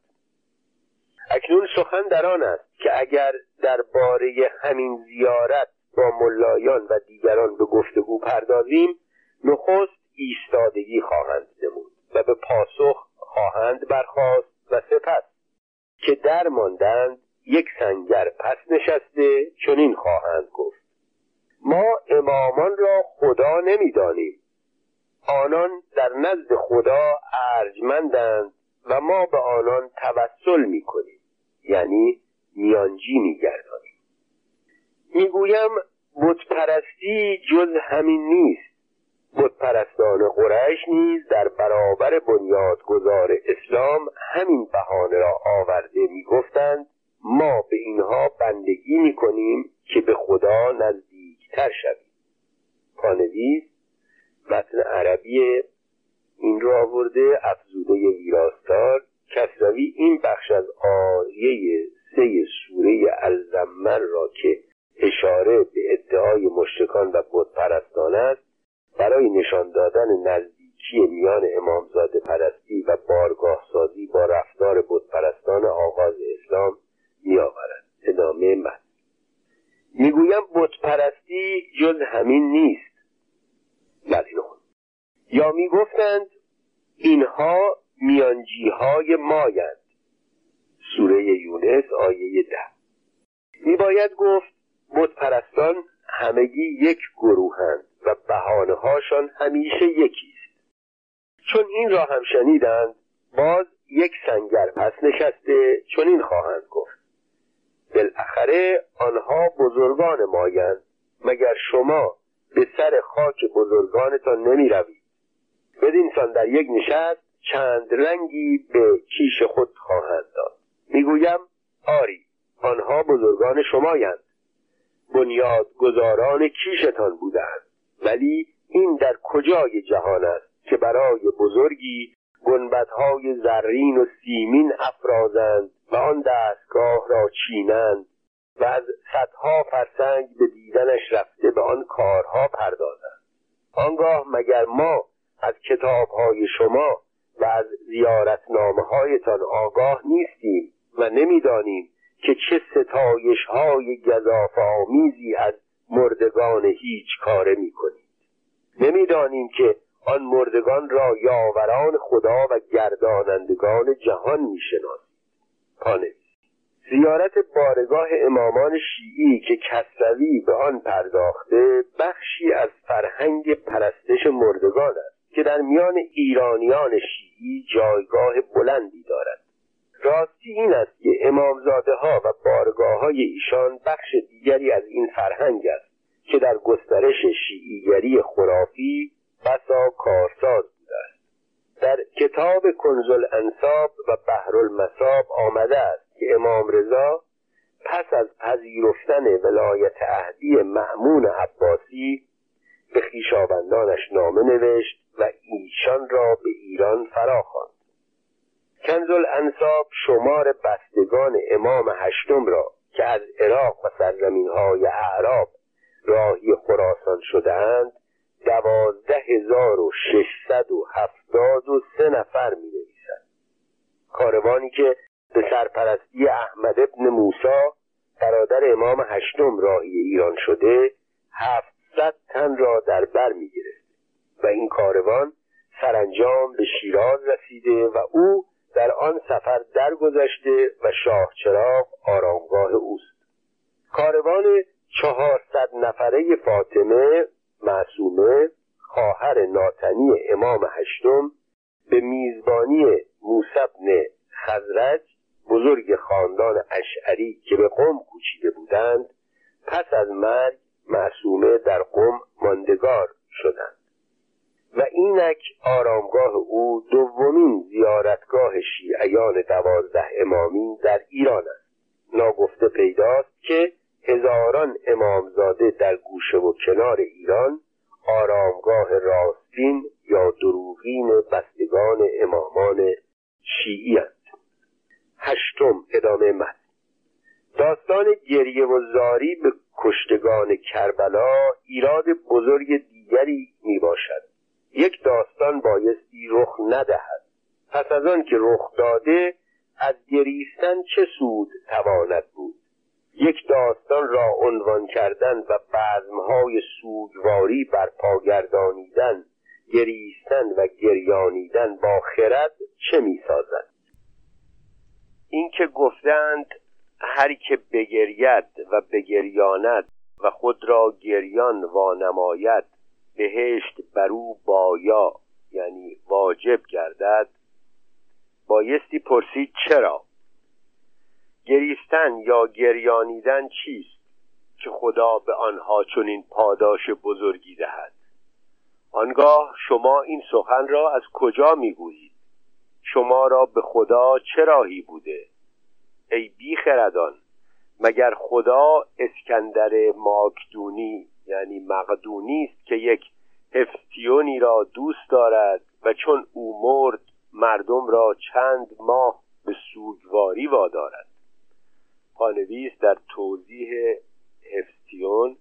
اکنون سخن در آن است که اگر درباره همین زیارت با ملایان و دیگران به گفتگو پردازیم، نخست ایستادگی خواهند نمود و به پاسخ خواهند برخاست و سپس که در ماندند یک سنگر پس نشسته چنین خواهند گفت: ما امامان را خدا نمی‌دانیم، آنان در نزد خدا ارجمندند و ما به آنان توسل می‌کنیم، یعنی میانجی می‌گردانیم. میگویم بت پرستی جز همین نیست. بت پرستان قریش نیز در برابر بنیادگذار اسلام همین بهانه را آورده میگفتند ما به اینها بندگی میکنیم که به خدا نزدیکتر شویم. پانویس متن عربی این را آورده افزوده ویراستار. کسروی این بخش از آیه سه سوره الزمر را که اشاره به ادعای مشرکان و بت پرستان است برای نشان دادن نزدیکی میان امامزاده پرستی و بارگاه سازی با رفتار بت پرستان آغاز اسلام می آورد. ادامه متن میگویم بت پرستی جز همین نیست. بله نخون. یا میگفتند اینها میانجی های مایند. سوره یونس آیه ده. میباید گفت بت پرستان همگی یک گروهند و بهانه هاشان همیشه یکیست. چون این را هم شنیدند باز یک سنگر پس نشسته چنین خواهند گفت: بالاخره آنها بزرگان مایند، مگر شما به سر خاک بزرگانتان نمی روید؟ بدینسان در یک نشست چند رنگی به کیش خود خواهند داد. میگویم آری، آنها بزرگان شمایند، بنیاد گذاران کیشتان بودند، ولی این در کجای جهان است که برای بزرگی گنبدهای زرین و سیمین افرازند و آن دستگاه را چینند و از صدها فرسنگ به دیدنش رفته به آن کارها پردازند. آنگاه مگر ما از کتابهای شما و از زیارتنامه‌هایتان آگاه نیستیم و نمی‌دانیم که چه ستایش‌های گزافه‌آمیزی از مردگان هیچ کاره می‌کنید؟ نمی‌دانیم که آن مردگان را یاوران خدا و گردانندگان جهان می‌شناسید. پانویس زیارت بارگاه امامان شیعی که کسروی به آن پرداخته بخشی از فرهنگ پرستش مردگان است که در میان ایرانیان شیعی جایگاه بلندی دارد. راستی این است که امامزاده ها و بارگاه های ایشان بخش دیگری از این فرهنگ است که در گسترش شیعیگری خرافی بسا کارساز بوده است. در کتاب کنز الانساب و بحر المصاب آمده است که امام رضا پس از پذیرفتن ولایت عهدی مأمون عباسی به خویشاوندانش نامه نوشت و ایشان را به ایران فراخواند. کنز الانساب شمار بستگان امام هشتم را که از عراق و سرزمین‌های اعراب راهی خراسان شده‌اند دوازده هزار و ششصد و هفتاد و سه نفر می‌نویسد. کاروانی که به سرپرستی احمد ابن موسی برادر امام هشتم راهی ایران شده هفتصد تن را در بر می‌گرفت و این کاروان سرانجام به شیراز رسیده و او در آن سفر درگذشته و شاه چراغ آرامگاه اوست. کاروان چهارصد نفره فاطمه معصومه خواهر ناتنی امام هشتم به میزبانی موسی بن خزرج بزرگ خاندان اشعری که به قم کوچیده بودند پس از مرگ معصومه در قم ماندگار شدند. و اینک آرامگاه او دومین زیارتگاه شیعیان دوازده امامی در ایران است. ناگفته پیداست که هزاران امامزاده در گوشه و کنار ایران آرامگاه راستین یا دروغین بستگان امامان شیعی است. هشتم، ادامه متن. داستان گریه و زاری به کشتگان کربلا ایراد بزرگ دیگری می باشد. یک داستان بایستی رخ ندهد، پس از آن که رخ داده از گریستن چه سود تواند بود؟ یک داستان را عنوان کردن و بزمهای سوگواری برپا گردانیدن، گریستن و گریانیدن با خرد چه می سازد؟ این که گفتند هر که بگرید و بگریاند و خود را گریان وانماید بهشت برو بایا، یعنی واجب گردد، بایستی پرسید چرا؟ گریستن یا گریانیدن چیست که خدا به آنها چنین پاداش بزرگی دهد؟ آنگاه شما این سخن را از کجا میگویید؟ شما را به خدا چه راهی بوده؟ ای بیخردان، مگر خدا اسکندر ماکدونی یعنی مقدونی است که یک هفستیونی را دوست دارد و چون او مرد مردم را چند ماه به سوگواری وادارد؟ پانویس در توضیح هفستیون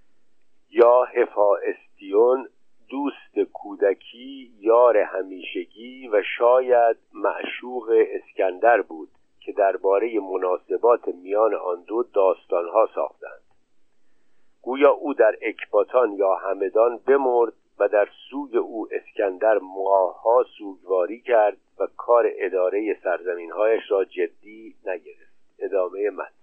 یا هفاستیون دوست کودکی، یار همیشگی و شاید معشوق اسکندر بود که درباره مناسبات میان آن دو داستانها ساختند. گویا او در اکباتان یا همدان بمرد و در سوگ او اسکندر ماه‌ها سوگواری کرد و کار اداره سرزمین‌هایش را جدی نگرفت. ادامه متن.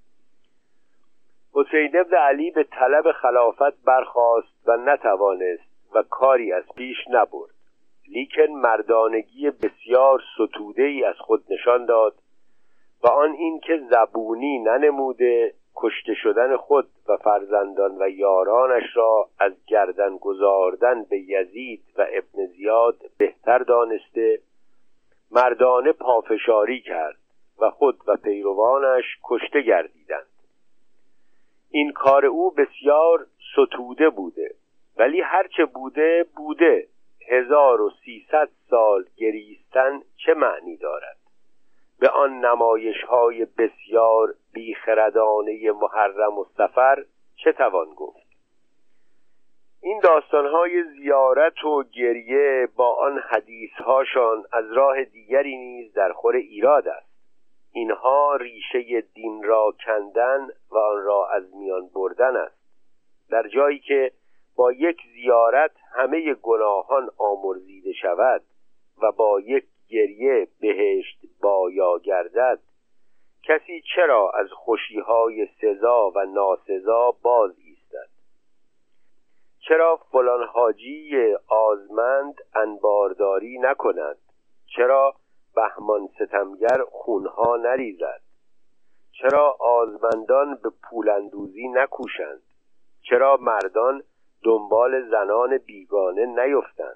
حسین بن علی به طلب خلافت برخاست و نتوانست و کاری از پیش نبرد، لیکن مردانگی بسیار ستوده ای از خود نشان داد و آن این که زبونی ننموده، کشته شدن خود و فرزندان و یارانش را از گردن گذاردن به یزید و ابن زیاد بهتر دانسته، مردانه پافشاری کرد و خود و پیروانش کشته گردیدند. این کار او بسیار ستوده بوده، ولی هرچه بوده بوده. هزار و سیصد سال گریستن چه معنی دارد؟ به آن نمایش‌های بسیار بیخردانه محرم و صفر چه توان گفت؟ این داستان‌های زیارت و گریه با آن حدیث‌هاشان از راه دیگری نیز در خور ایراد است. اینها ریشه دین را کندن و آن را از میان بردن است. در جایی که با یک زیارت همه گناهان آمرزیده شود و با یک گریه بهشت بایا گردد، کسی چرا از خوشی‌های سزا و ناسزا باز ایستد؟ چرا فلان حاجی آزمند انبارداری نکند؟ چرا بهمان ستمگر خونها نریزد؟ چرا آزمندان به پولاندوزی نکوشند؟ چرا مردان دنبال زنان بیگانه نیفتند؟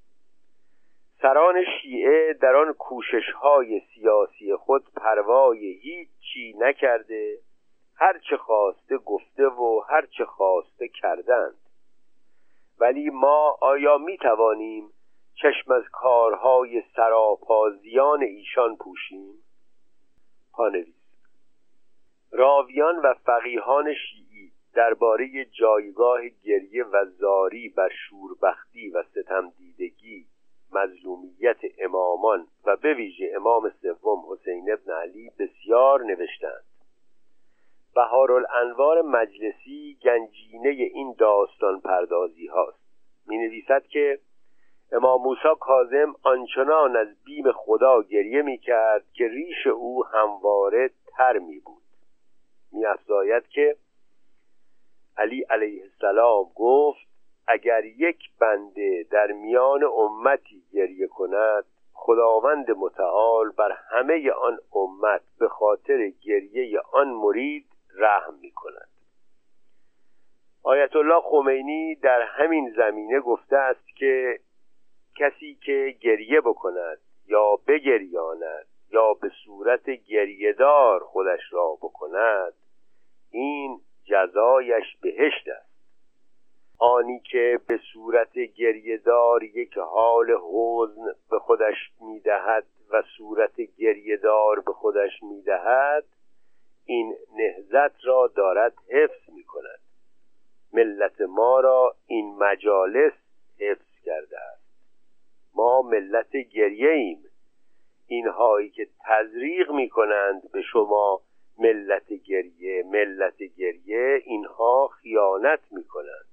سران شیعه در آن کوشش‌های سیاسی خود پروای هیچ چی نکرده، هر چه خواسته گفته و هر چه خواسته کردند. ولی ما آیا می توانیم چشم از کارهای سراپازیان ایشان پوشیم؟ پانویس. راویان و فقیهان شیعی درباره جایگاه گریه و زاری بر شوربختی و ستمدیدگی، مظلومیت امامان و به ویژه امام سوم حسین بن علی بسیار نوشتند. بهارالانوار مجلسی گنجینه این داستان پردازی هاست. می نویسد که امام موسی کاظم آنچنان از بیم خدا گریه می کرد که ریش او همواره تر می بود. می افزاید که علی علیه السلام گفت اگر یک بنده در میان امتی گریه کند، خداوند متعال بر همه آن امت به خاطر گریه آن مرید رحم می کند. آیت الله خمینی در همین زمینه گفته است که کسی که گریه بکند یا بگریاند یا به صورت گریه‌دار خودش را بکند، این جزایش بهشت است. آنی که به صورت گریه‌دار یک حال حزن به خودش می‌دهد و صورت گریه‌دار به خودش می‌دهد، این نهضت را دارد حفظ می‌کند. ملت ما را این مجالس حفظ کرده است. ما ملت گریه ایم. اینهایی که تزریق می‌کنند به شما ملت گریه ملت گریه، اینها خیانت می‌کنند.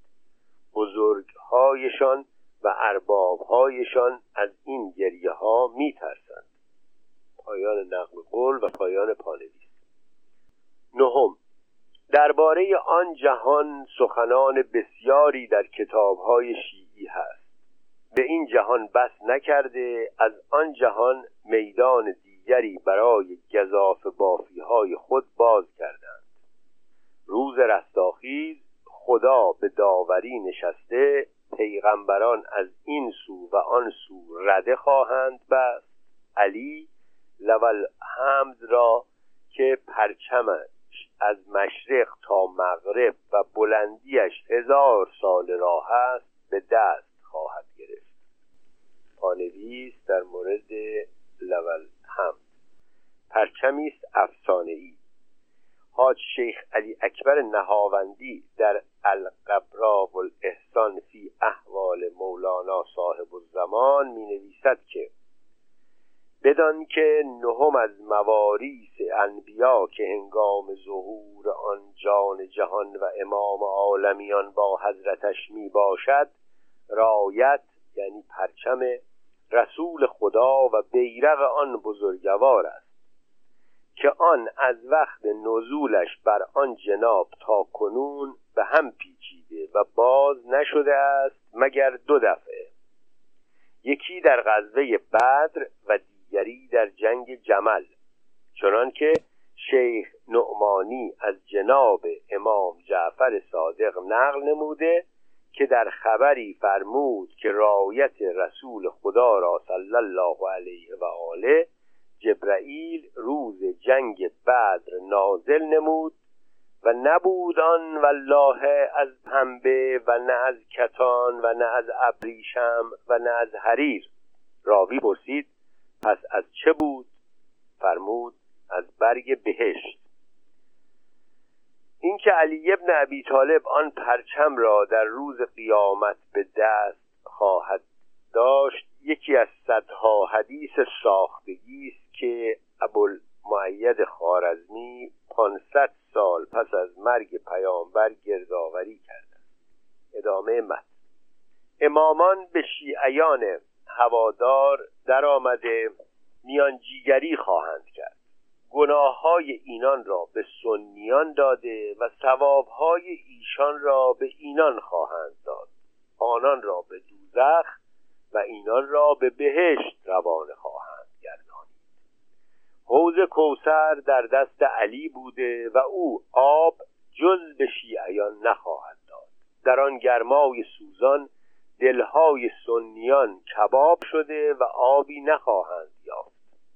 بزرگ‌هایشان و ارباب‌هایشان از این گریه‌ها می‌ترسند. پایان نقل قول و پایان پانویس. نهم، درباره آن جهان سخنان بسیاری در کتاب‌های شیعی هست. به این جهان بس نکرده از آن جهان میدان دیگری برای گزاف بافی‌های خود باز کردند. روز رستاخیز خدا به داوری نشسته، پیغمبران از این سو و آن سو رده خواهند بست. علی لول حمد را که پرچمش از مشرق تا مغرب و بلندیش هزار سال راه است به دست خواهد گرفت. پانویس در مورد لول حمد: پرچمی است افسانه‌ای. حاج شیخ علی اکبر نهاوندی در القبرا و الاحسان فی احوال مولانا صاحب الزمان می نویسد که بدان که نهم از مواریث انبیا که هنگام ظهور آن جان جهان و امام عالمیان با حضرتش می باشد، رایت یعنی پرچم رسول خدا و بیرق آن بزرگوار است که آن از وقت نزولش بر آن جناب تا کنون به هم پیچیده و باز نشده است مگر دو دفعه، یکی در غزوه بدر و دیگری در جنگ جمل، چنان که شیخ نعمانی از جناب امام جعفر صادق نقل نموده که در خبری فرمود که رایت رسول خدا را صلی الله علیه و آله جبرائیل روز جنگ بدر نازل نمود و نبود آن والله از پنبه و نه از کتان و نه از ابریشم و نه از حریر. راوی پرسید پس از چه بود؟ فرمود از برگ بهشت. این که علی ابن ابی طالب آن پرچم را در روز قیامت به دست خواهد داشت یکی از صدها حدیث ساختگی است که ابوالمؤید خوارزمی پانصد سال پس از مرگ پیامبر گردآوری کرده. ادامه متن: امامان به شیعیان هوادار در آمده میانجیگری خواهند کرد، گناههای اینان را به سنیان داده و ثوابهای ایشان را به اینان خواهند داد، آنان را به دوزخ و اینان را به بهشت روانه خواهند گردانید. حوض کوثر در دست علی بوده و او آب جز به شیعیان نخواهد داد. در آن گرمای سوزان دلهای سنیان کباب شده و آبی نخواهند یافت.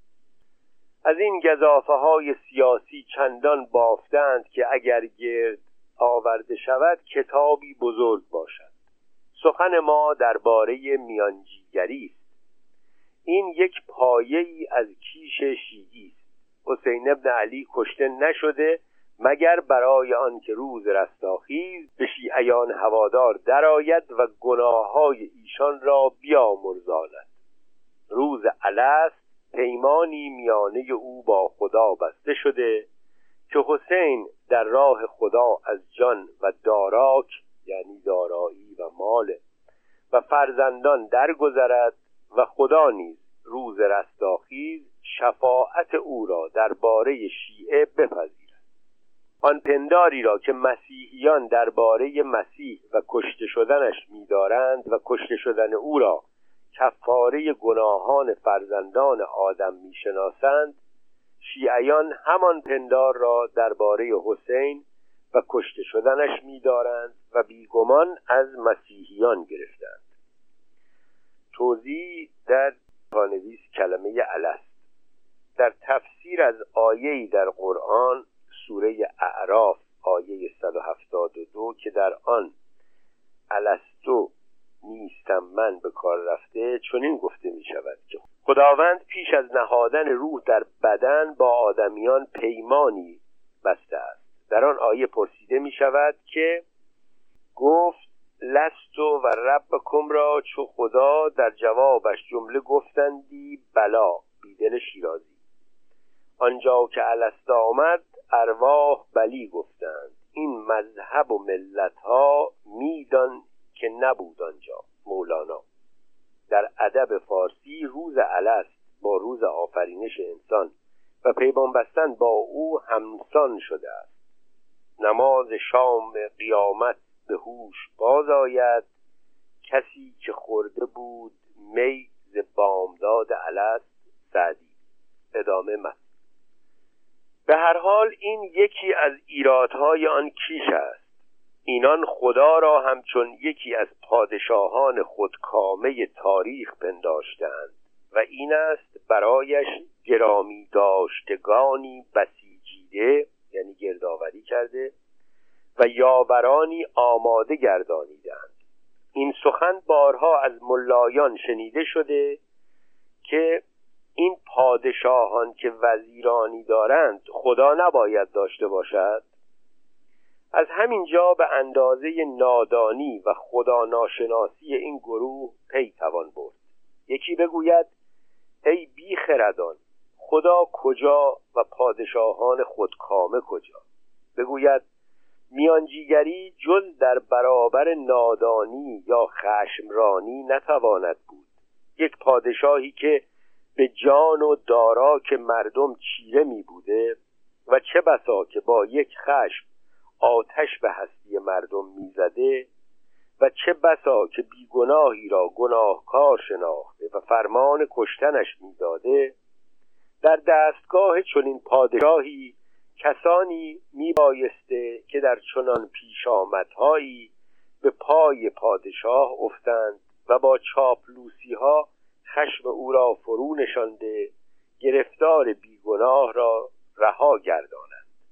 از این گزافه های سیاسی چندان بافتند که اگر گرد آورده شود کتابی بزرگ باشد. سخن ما درباره میانجیگری است. این یک پایه‌ای از کیش شیعی است. حسین ابن علی کشته نشده مگر برای آن که روز رستاخیز به شیعیان هوادار درآید و گناههای ایشان را بیامرزاند. روز الست پیمانی میانه او با خدا بسته شده که حسین در راه خدا از جان و داراک یعنی دارایی و مال و فرزندان درگذرد و خدا نیز روز رستاخیز شفاعت او را درباره شیعه بپذیرد. آن پنداری را که مسیحیان درباره مسیح و کشته شدنش می‌دارند و کشته شدن او را کفاره گناهان فرزندان آدم می‌شناسند، شیعیان همان پندار را درباره حسین و کشته شدنش می‌دارند و بیگمان از مسیحیان گرفتند. توضیح در پانویس کلمه الست. در تفسیر از آیه‌ای در قرآن سوره اعراف آیه صد و هفتاد و دو که در آن الستو نیستم من به کار رفته، چنین گفته می شود که خداوند پیش از نهادن روح در بدن با آدمیان پیمانی بسته است. در آن آیه پرسیده می شود که گفت لستو و ربکم را چو خدا در جوابش جمله گفتندی بلا بیدل شیرازی. آنجا که الست آمد ارواح بلی گفتند، این مذهب و ملت ها میدان که نبود آنجا. مولانا. در ادب فارسی روز الست با روز آفرینش انسان و پیمان بستن با او همسان شده است. نماز شام قیامت به هوش باز آید، کسی که خورده بود می ز بامداد الست. سعدی. ادامه متن. به هر حال این یکی از ایرادهای آن کیش است. اینان خدا را همچون یکی از پادشاهان خودکامه تاریخ پنداشتند و این است برایش گرامی داشتگانی بسیجیده، یعنی گردآوری کرده، و یاورانی آماده گردانیدند. این سخن بارها از ملایان شنیده شده که این پادشاهان که وزیرانی دارند خدا نباید داشته باشد. از همین جا به اندازه نادانی و خدا ناشناسی این گروه پی توان برد. یکی بگوید ای بی خردان، خدا کجا و پادشاهان خودکامه کجا؟ بگوید میانجیگری جز در برابر نادانی یا خشمرانی نتواند بود. یک پادشاهی که به جان و داراک مردم چیره می بوده و چه بسا که با یک خشم آتش به هستی مردم می زده و چه بسا که بیگناهی را گناهکار شناخته و فرمان کشتنش می داده، در دستگاه چنین پادشاهی کسانی می بایسته که در چنان پیش آمدهایی به پای پادشاه افتند و با چاپلوسی ها خشم او را فرو نشانده گرفتار بیگناه را رها گردانند.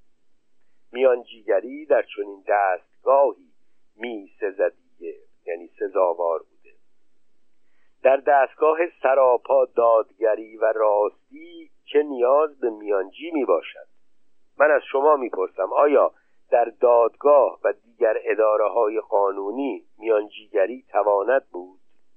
میانجیگری در چنین دستگاهی می سزدیه، یعنی سزاوار بوده. در دستگاه سراپا دادگری و راستی چه نیاز به میانجی می باشد؟ من از شما می پرسم آیا در دادگاه و دیگر اداره های قانونی میانجیگری تواند بود؟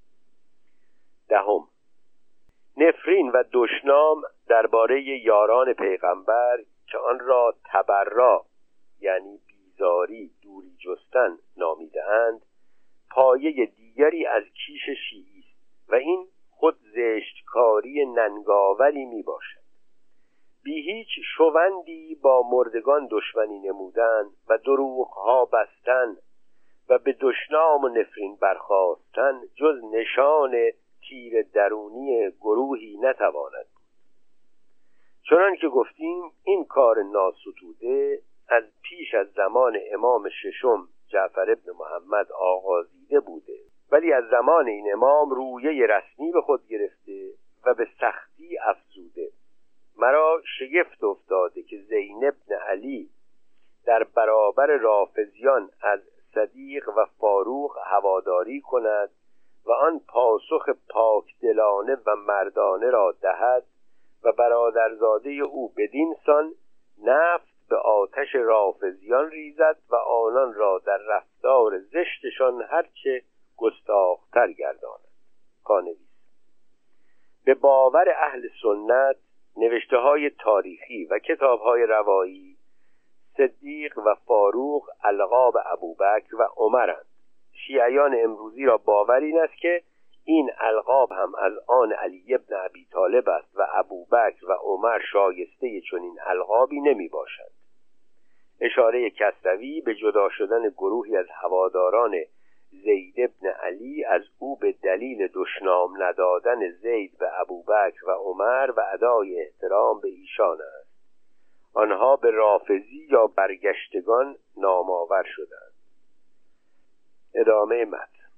دهم، نفرین و دشنام درباره یاران پیغمبر که آن را تبرا یعنی بیزاری، دوری جستن نامیده‌اند، پایه دیگری از کیش شیعی است و این خود زشتکاری ننگاوری می باشد. بی هیچ شوندی با مردگان دشمنی نمودن و دروغها بستن و به دشنام و نفرین برخاستن جز نشان تیر درونی گروهی نتواند بود. چنان که گفتیم این کار ناستوده از پیش از زمان امام ششم جعفر ابن محمد آغازیده بوده، ولی از زمان این امام رویه رسمی به خود گرفته و به سختی افزوده. مرا شگفت افتاده که زینب بن علی در برابر رافضیان از صدیق و فاروق هواداری کند و آن پاسخ پاک دلانه و مردانه را دهد و برادرزاده او بدین سان نفت به آتش رافضیان ریزد و آنان را در رفتار زشتشان هرچه گستاختر گرداند. پانویس. به باور اهل سنت نوشته های تاریخی و کتاب های روایی صدیق و فاروق القاب ابوبکر و عمرند. شیعیان امروزی را باور این است که این القاب هم از آن علی بن ابی طالب است و ابوبکر و عمر شایسته چنین القابی نمی باشند. اشاره کسروی به جدا شدن گروهی از هواداران زید بن علی از او به دلیل دشنام ندادن زید به ابوبکر و عمر و ادای احترام به ایشان است. آنها به رافضی یا برگشتگان نام آور شدند. ادامه متن.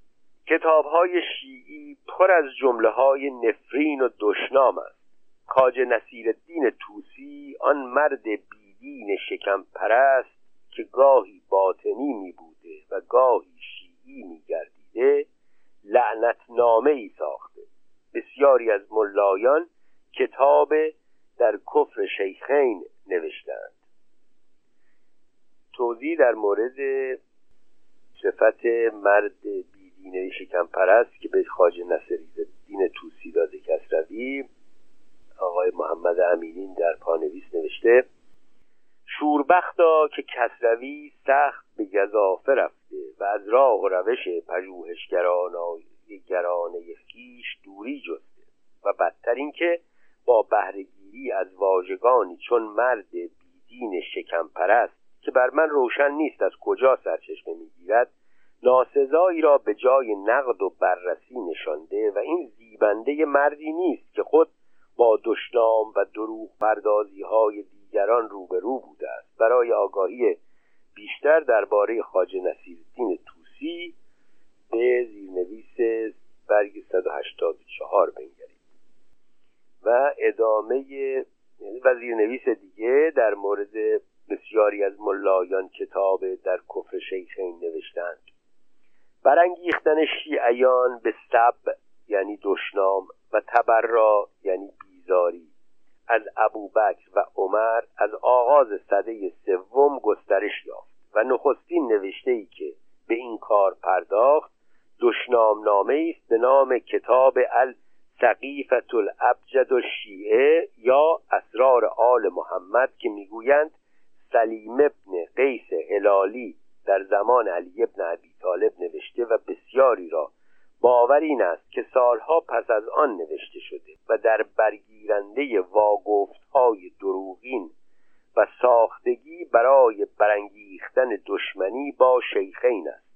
کتاب‌های شیعی پر از جمله‌های نفرین و دشنام است. خواجه نصیرالدین طوسی، آن مرد بیدین شکم پرست که گاهی باطنی می بوده و گاهی شیعی می گردیده، لعنتنامه‌ای ساخته. بسیاری از ملایان کتاب در کفر شیخین نوشتند. توضیح در مورد صفت مرد بیدین شکم پرست که به خواجه نصیرالدین طوسی داده کسروی، آقای محمد امینی در پانویس نوشته: شوربختا که کسروی سخت به گزافه رفته و از راه و روش پژوهشگرانه خویش دوری جسته و بدتر این که با بهره‌گیری از واژگانی چون مرد بیدین شکم پرست که بر من روشن نیست از کجا سرچشمه میگیرد، ناسزایی را به جای نقد و بررسی نشانده و این زیبنده مردی نیست که خود با دشنام و دروغ پردازی های دیگران روبرو بوده است. برای آگاهی بیشتر درباره خواجه نصیرالدین طوسی به زیرنویس برگ صد و هشتاد و چهار بنگرید. و ادامه و زیرنویس دیگه در مورد بسیاری از ملایان کتاب در کفر شیخین نوشتند: برانگیختن شیعیان به سب یعنی دشنام و تبرا یعنی بیزاری از ابوبکر و عمر از آغاز سده سوم گسترش یافت و نخستین نوشته‌ای که به این کار پرداخت دشنام نامه‌ای است به نام کتاب السقیفة الابجد الشیعه یا اسرار آل محمد که میگویند سلیم ابن قیس هلالی در زمان علی ابن ابی طالب نوشته و بسیاری را باور این است که سالها پس از آن نوشته شده و در برگیرنده واگفت‌های دروغین و ساختگی برای برانگیختن دشمنی با شیخین است.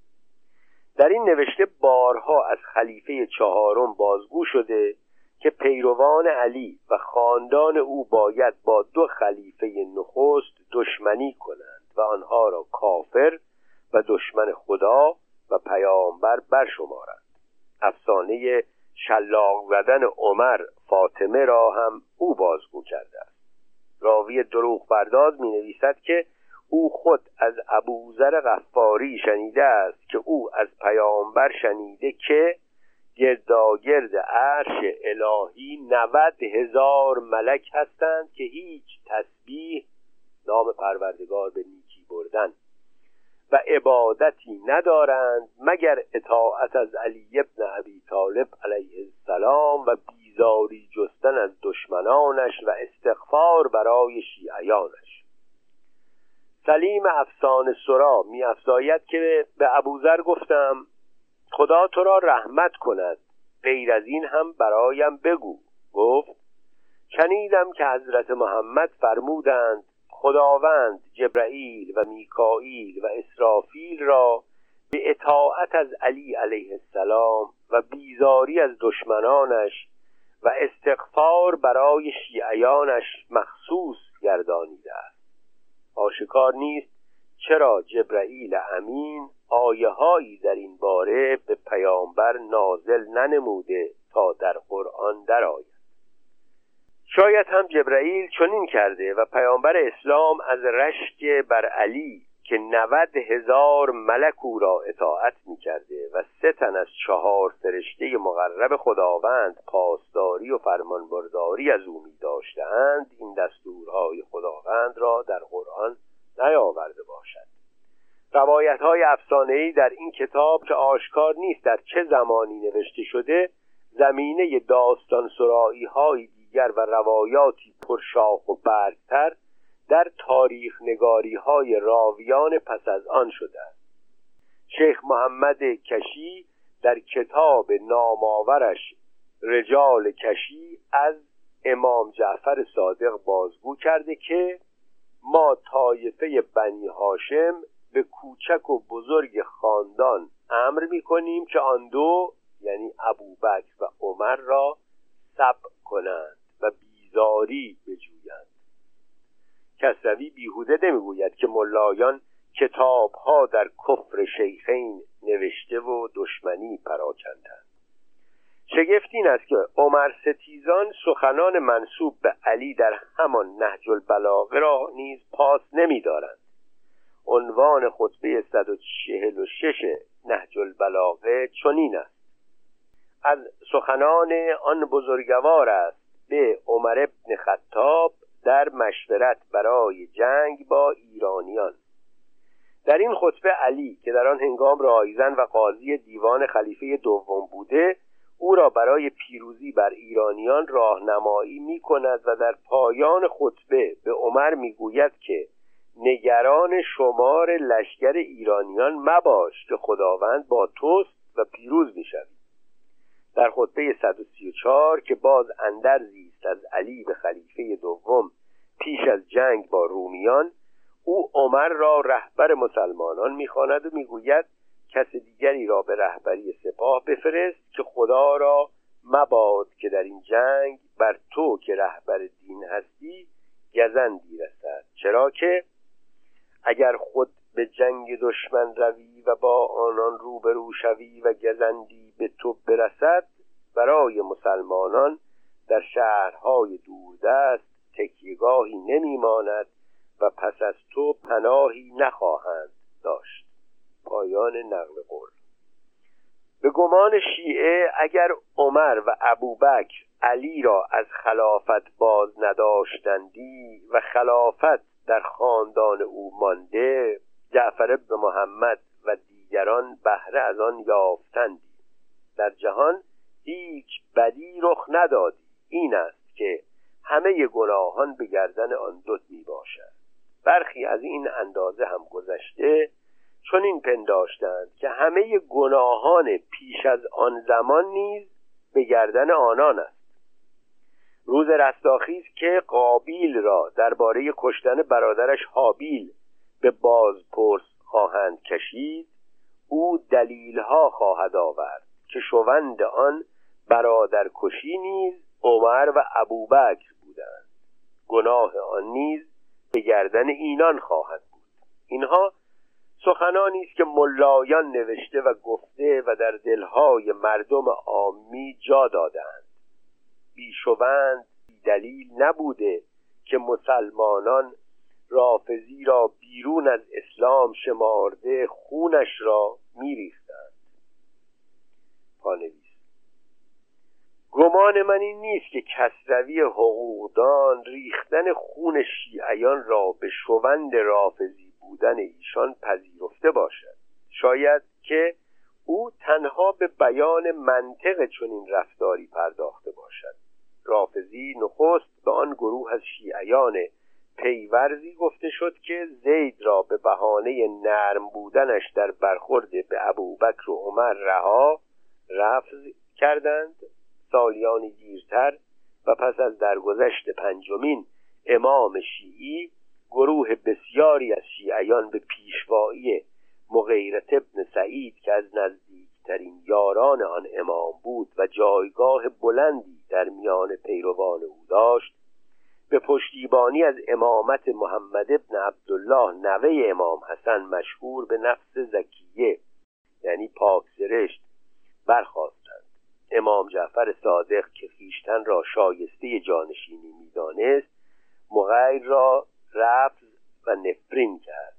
در این نوشته بارها از خلیفه چهارم بازگو شده که پیروان علی و خاندان او باید با دو خلیفه نخست دشمنی کنند و آنها را کافر و دشمن خدا و پیامبر برشمارند. افسانه شلاق زدن عمر فاطمه را هم او بازگو کرده است. راوی دروغ پرداز می نویسد که او خود از ابوذر غفاری شنیده است که او از پیامبر شنیده که گرداگرد عرش الهی نود هزار ملک هستند که هیچ تسبیح نام پروردگار به نیکی بردن و عبادتی ندارند مگر اطاعت از علی ابن ابی طالب علیه السلام و بیزاری جستن از دشمنانش و استغفار برای شیعیانش. سلیم افسانه سرا می افزاید که به ابوذر گفتم خدا تو را رحمت کند، غیر از این هم برایم بگو. گفت شنیدم که حضرت محمد فرمودند خداوند جبرائیل و میکائیل و اسرافیل را به اطاعت از علی علیه السلام و بیزاری از دشمنانش و استغفار برای شیعیانش مخصوص گردانیده است. آشکار نیست چرا جبرائیل امین آیه هایی در این باره به پیامبر نازل ننموده تا در قرآن درآید. شاید هم جبرائیل چنین کرده و پیامبر اسلام از رشک بر علی که نود هزار ملک او را اطاعت می کرده و سه تن از چهار فرشته مقرب خداوند پاسداری و فرمانبرداری از او می داشتند این دستورهای خداوند را در قرآن نیاورده باشد. روایت های افسانه‌ای در این کتاب که آشکار نیست در چه زمانی نوشته شده زمینه داستان سرایی های دیگر و روایاتی پرشاخ و برگتر در تاریخ نگاری های راویان پس از آن شده است. شیخ محمد کشی در کتاب نامآورش رجال کشی از امام جعفر صادق بازگو کرده که ما طایفه بنی هاشم به کوچک و بزرگ خاندان امر می‌کنیم که آن دو یعنی ابوبکر و عمر را سب کنند و بیزاری بجویند. کسروی بیهوده نمیگوید که ملایان کتاب‌ها در کفر شیخین نوشته و دشمنی پراکندند. شگفت این است که عمر ستیزان سخنان منسوب به علی در همان نهج البلاغه را نیز پاس نمی‌دارند. عنوان خطبه صد و چهل و شش نهج البلاغه چنین است: از سخنان آن بزرگوار است به عمر بن خطاب در مشورت برای جنگ با ایرانیان. در این خطبه علی که در آن هنگام رایزن و قاضی دیوان خلیفه دوم بوده، او را برای پیروزی بر ایرانیان راهنمایی می‌کند و در پایان خطبه به عمر می‌گوید که نگران شمار لشکر ایرانیان مباش که خداوند با توست و پیروز می‌شوی. در خطبه صد و سی و چهار که باز اندرزی است از علی به خلیفه دوم پیش از جنگ با رومیان، او عمر را رهبر مسلمانان می‌خواند و می‌گوید کس دیگری را به رهبری سپاه بفرست که خدا را مباد که در این جنگ بر تو که رهبر دین هستی گزندی رسد، چرا که اگر خود به جنگ دشمن روی و با آنان روبرو شوی و گزندی به تو برسد، برای مسلمانان در شهرهای دوردست تکیه‌گاهی نمی‌ماند و پس از تو پناهی نخواهند داشت. پایان نقل قول. به گمان شیعه اگر عمر و ابوبکر علی را از خلافت باز نداشتندی و خلافت در خاندان او مانده، جعفر بن محمد و دیگران بهره از آن یافتندی. در جهان هیچ بدی رخ ندادی، این است که همه گناهان به گردن آن دو می باشد. برخی از این اندازه هم گذشته چون این پنداشتند که همه گناهان پیش از آن زمان نیز به گردن آنان است. روز رستاخیز که قابیل را درباره کشتن برادرش هابیل به بازپرس خواهند کشید، او دلیل‌ها خواهد آورد که شوند آن برادرکشی نیز عمر و ابوبکر بودند. گناه آن نیز به گردن اینان خواهد بود. اینها سخنانی است که ملایان نوشته و گفته و در دلهای مردم عامی جا دادند. بیشوند بی دلیل نبوده که مسلمانان رافضی را بیرون از اسلام شمارده خونش را می‌ریختند. پانویس: گمان من این نیست که کسروی حقوقدان ریختن خون شیعیان را به شوند رافضی بودن ایشان پذیرفته باشد. شاید که او تنها به بیان منطق چنین رفتاری پرداخته باشد. رافضی نخست به آن گروه از شیعیان پیورزی گفته شد که زید را به بهانه نرم بودنش در برخورد به ابوبکر و عمر رها رفض کردند. سالیانی دیرتر و پس از درگذشت پنجمین امام شیعی، گروه بسیاری از شیعیان به پیشوایی مغیرة ابن سعید که از نزدیکترین یاران آن امام بود و جایگاه بلندی در میان پیروان او داشت، به پشتیبانی از امامت محمد ابن عبدالله نوه امام حسن مشهور به نفس زکیه یعنی پاک سرشت برخاستند. امام جعفر صادق که خویشتن را شایسته جانشینی می‌دانست، مغیر را رفض و نفرین کرد.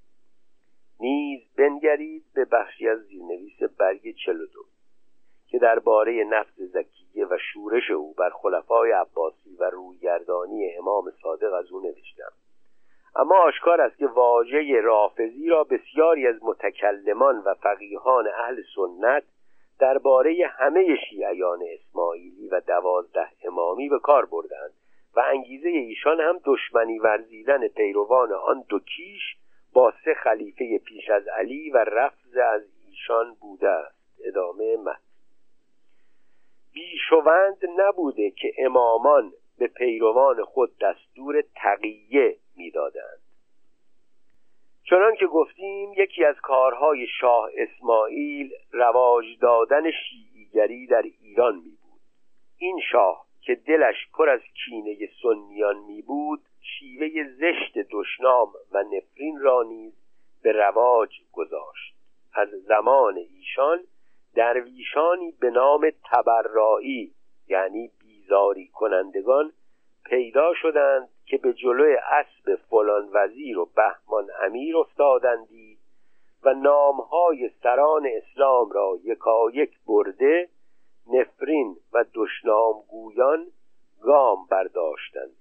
نیز بنگرید به بخشی از زیرنویس برگ چهل و دو که درباره نفس زکیه و شورش او بر خلفای عباسی و رویگردانی امام صادق از او نوشتم. اما آشکار است که واژه رافضی را بسیاری از متکلمان و فقیهان اهل سنت درباره همه شیعیان اسماعیلی و دوازده امامی به کار بردند و انگیزه ایشان هم دشمنی ورزیدن پیروان آن دو کیش با سه خلیفه پیش از علی و رفض از ایشان بوده است. ادامه متن. بیشوند نبوده که امامان به پیروان خود دستور تقیه می‌دادند. چنان که گفتیم یکی از کارهای شاه اسماعیل رواج دادن شیعیگری در ایران می بود. این شاه که دلش پر از کینه سنیان می بود، شیوه زشت دشنام و نفرین را نیز به رواج گذاشت. از زمان ایشان درویشانی به نام تبرایی یعنی بیزاری کنندگان پیدا شدند که به جلوی اسب فلان وزیر و بهمان امیر افتادندی و نامهای سران اسلام را یکایک برده نفرین و دشنامگویان گام برداشتند.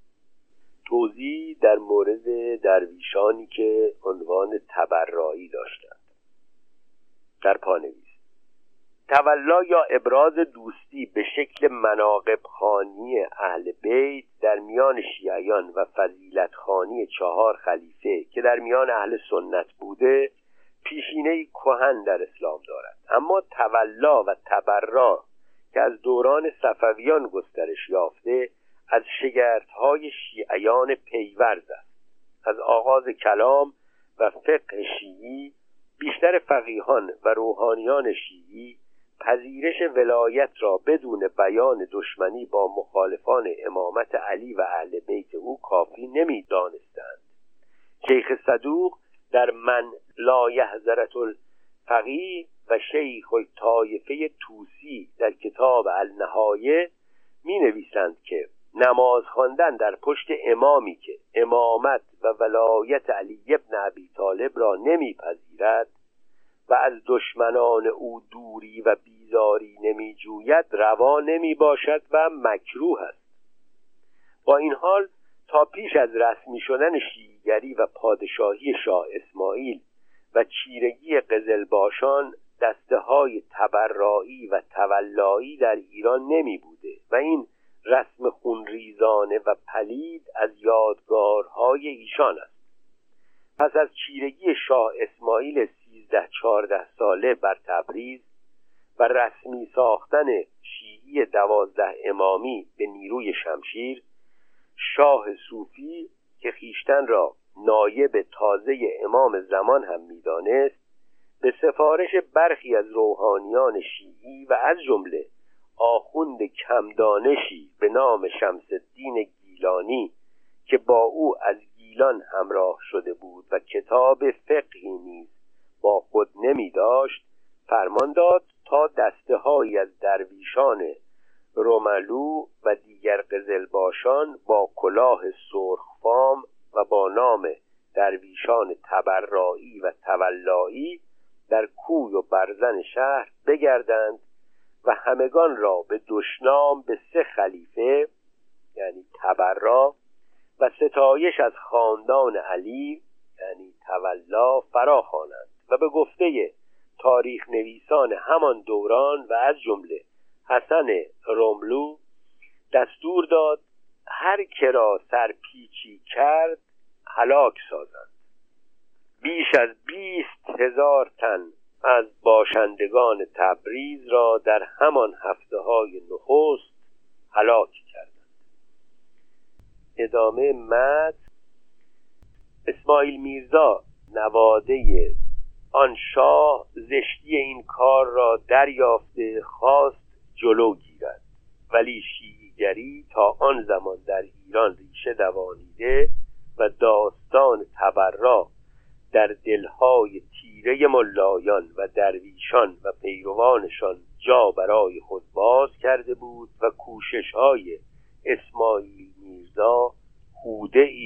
توضیح در مورد درویشانی که عنوان تبرایی داشتند. در پانویس: تولا یا ابراز دوستی به شکل مناقب خوانی اهل بیت در میان شیعیان و فضیلت خوانی چهار خلیفه که در میان اهل سنت بوده پیشینه‌ای کهن در اسلام دارد، اما تولا و تبرا که از دوران صفویان گسترش یافته از شگردهای شیعیان پیورز است. از آغاز کلام و فقه شیعی بیشتر فقیهان و روحانیان شیعی پذیرش ولایت را بدون بیان دشمنی با مخالفان امامت علی و اهل بیت او کافی نمی‌دانستند. شیخ صدوق در من لا یحضرة الفقیه و شیخ الطایفه طوسی در کتاب النهایه می نویسند که نماز خواندن در پشت امامی که امامت و ولایت علی ابن ابی طالب را نمیپذیرد و از دشمنان او دوری و بیزاری نمی جوید روا نمی باشد و مکروه است. با این حال تا پیش از رسمی شدن شیعیگری و پادشاهی شاه اسماعیل و چیرگی قزلباشان دسته های تبرایی و تولایی در ایران نمی بوده و این رسم خونریزانه و پلید از یادگارهای ایشان است. پس از چیرگی شاه اسماعیل سیزده چهارده ساله بر تبریز و رسمی ساختن شیعی دوازده امامی به نیروی شمشیر، شاه صوفی که خیشتن را نایب تازه امام زمان هم می‌دانست به سفارش برخی از روحانیان شیعی و از جمله آخوند کمدانشی به نام شمس الدین گیلانی که با او از گیلان همراه شده بود و کتاب فقهی نیز با خود نمی داشت فرمان داد تا دسته هایی از درویشان روملو و دیگر قزلباشان با کلاه سرخفام و با نام درویشان تبرایی و تولایی در کوی و برزن شهر بگردند و همگان را به دشنام به سه خلیفه یعنی تبرا و ستایش از خاندان علی یعنی تولا فراخوانند و به گفته تاریخ نویسان همان دوران و از جمله حسن رملو دستور داد هر که را سرپیچی کرد هلاک سازند. بیش از بیست هزار تن از باشندگان تبریز را در همان هفته های نخست هلاک کردند. ادامه متن: اسماعیل میرزا نواده آن شاه زشتی این کار را دریافته خواست جلو گیرد، ولی شیعیگری تا آن زمان در ایران ریشه دوانیده و داستان تبرا در دلهای تیره ملایان و درویشان و پیروانشان جا برای خود باز کرده بود و کوشش‌های اسماعیل میرزا خوده‌ای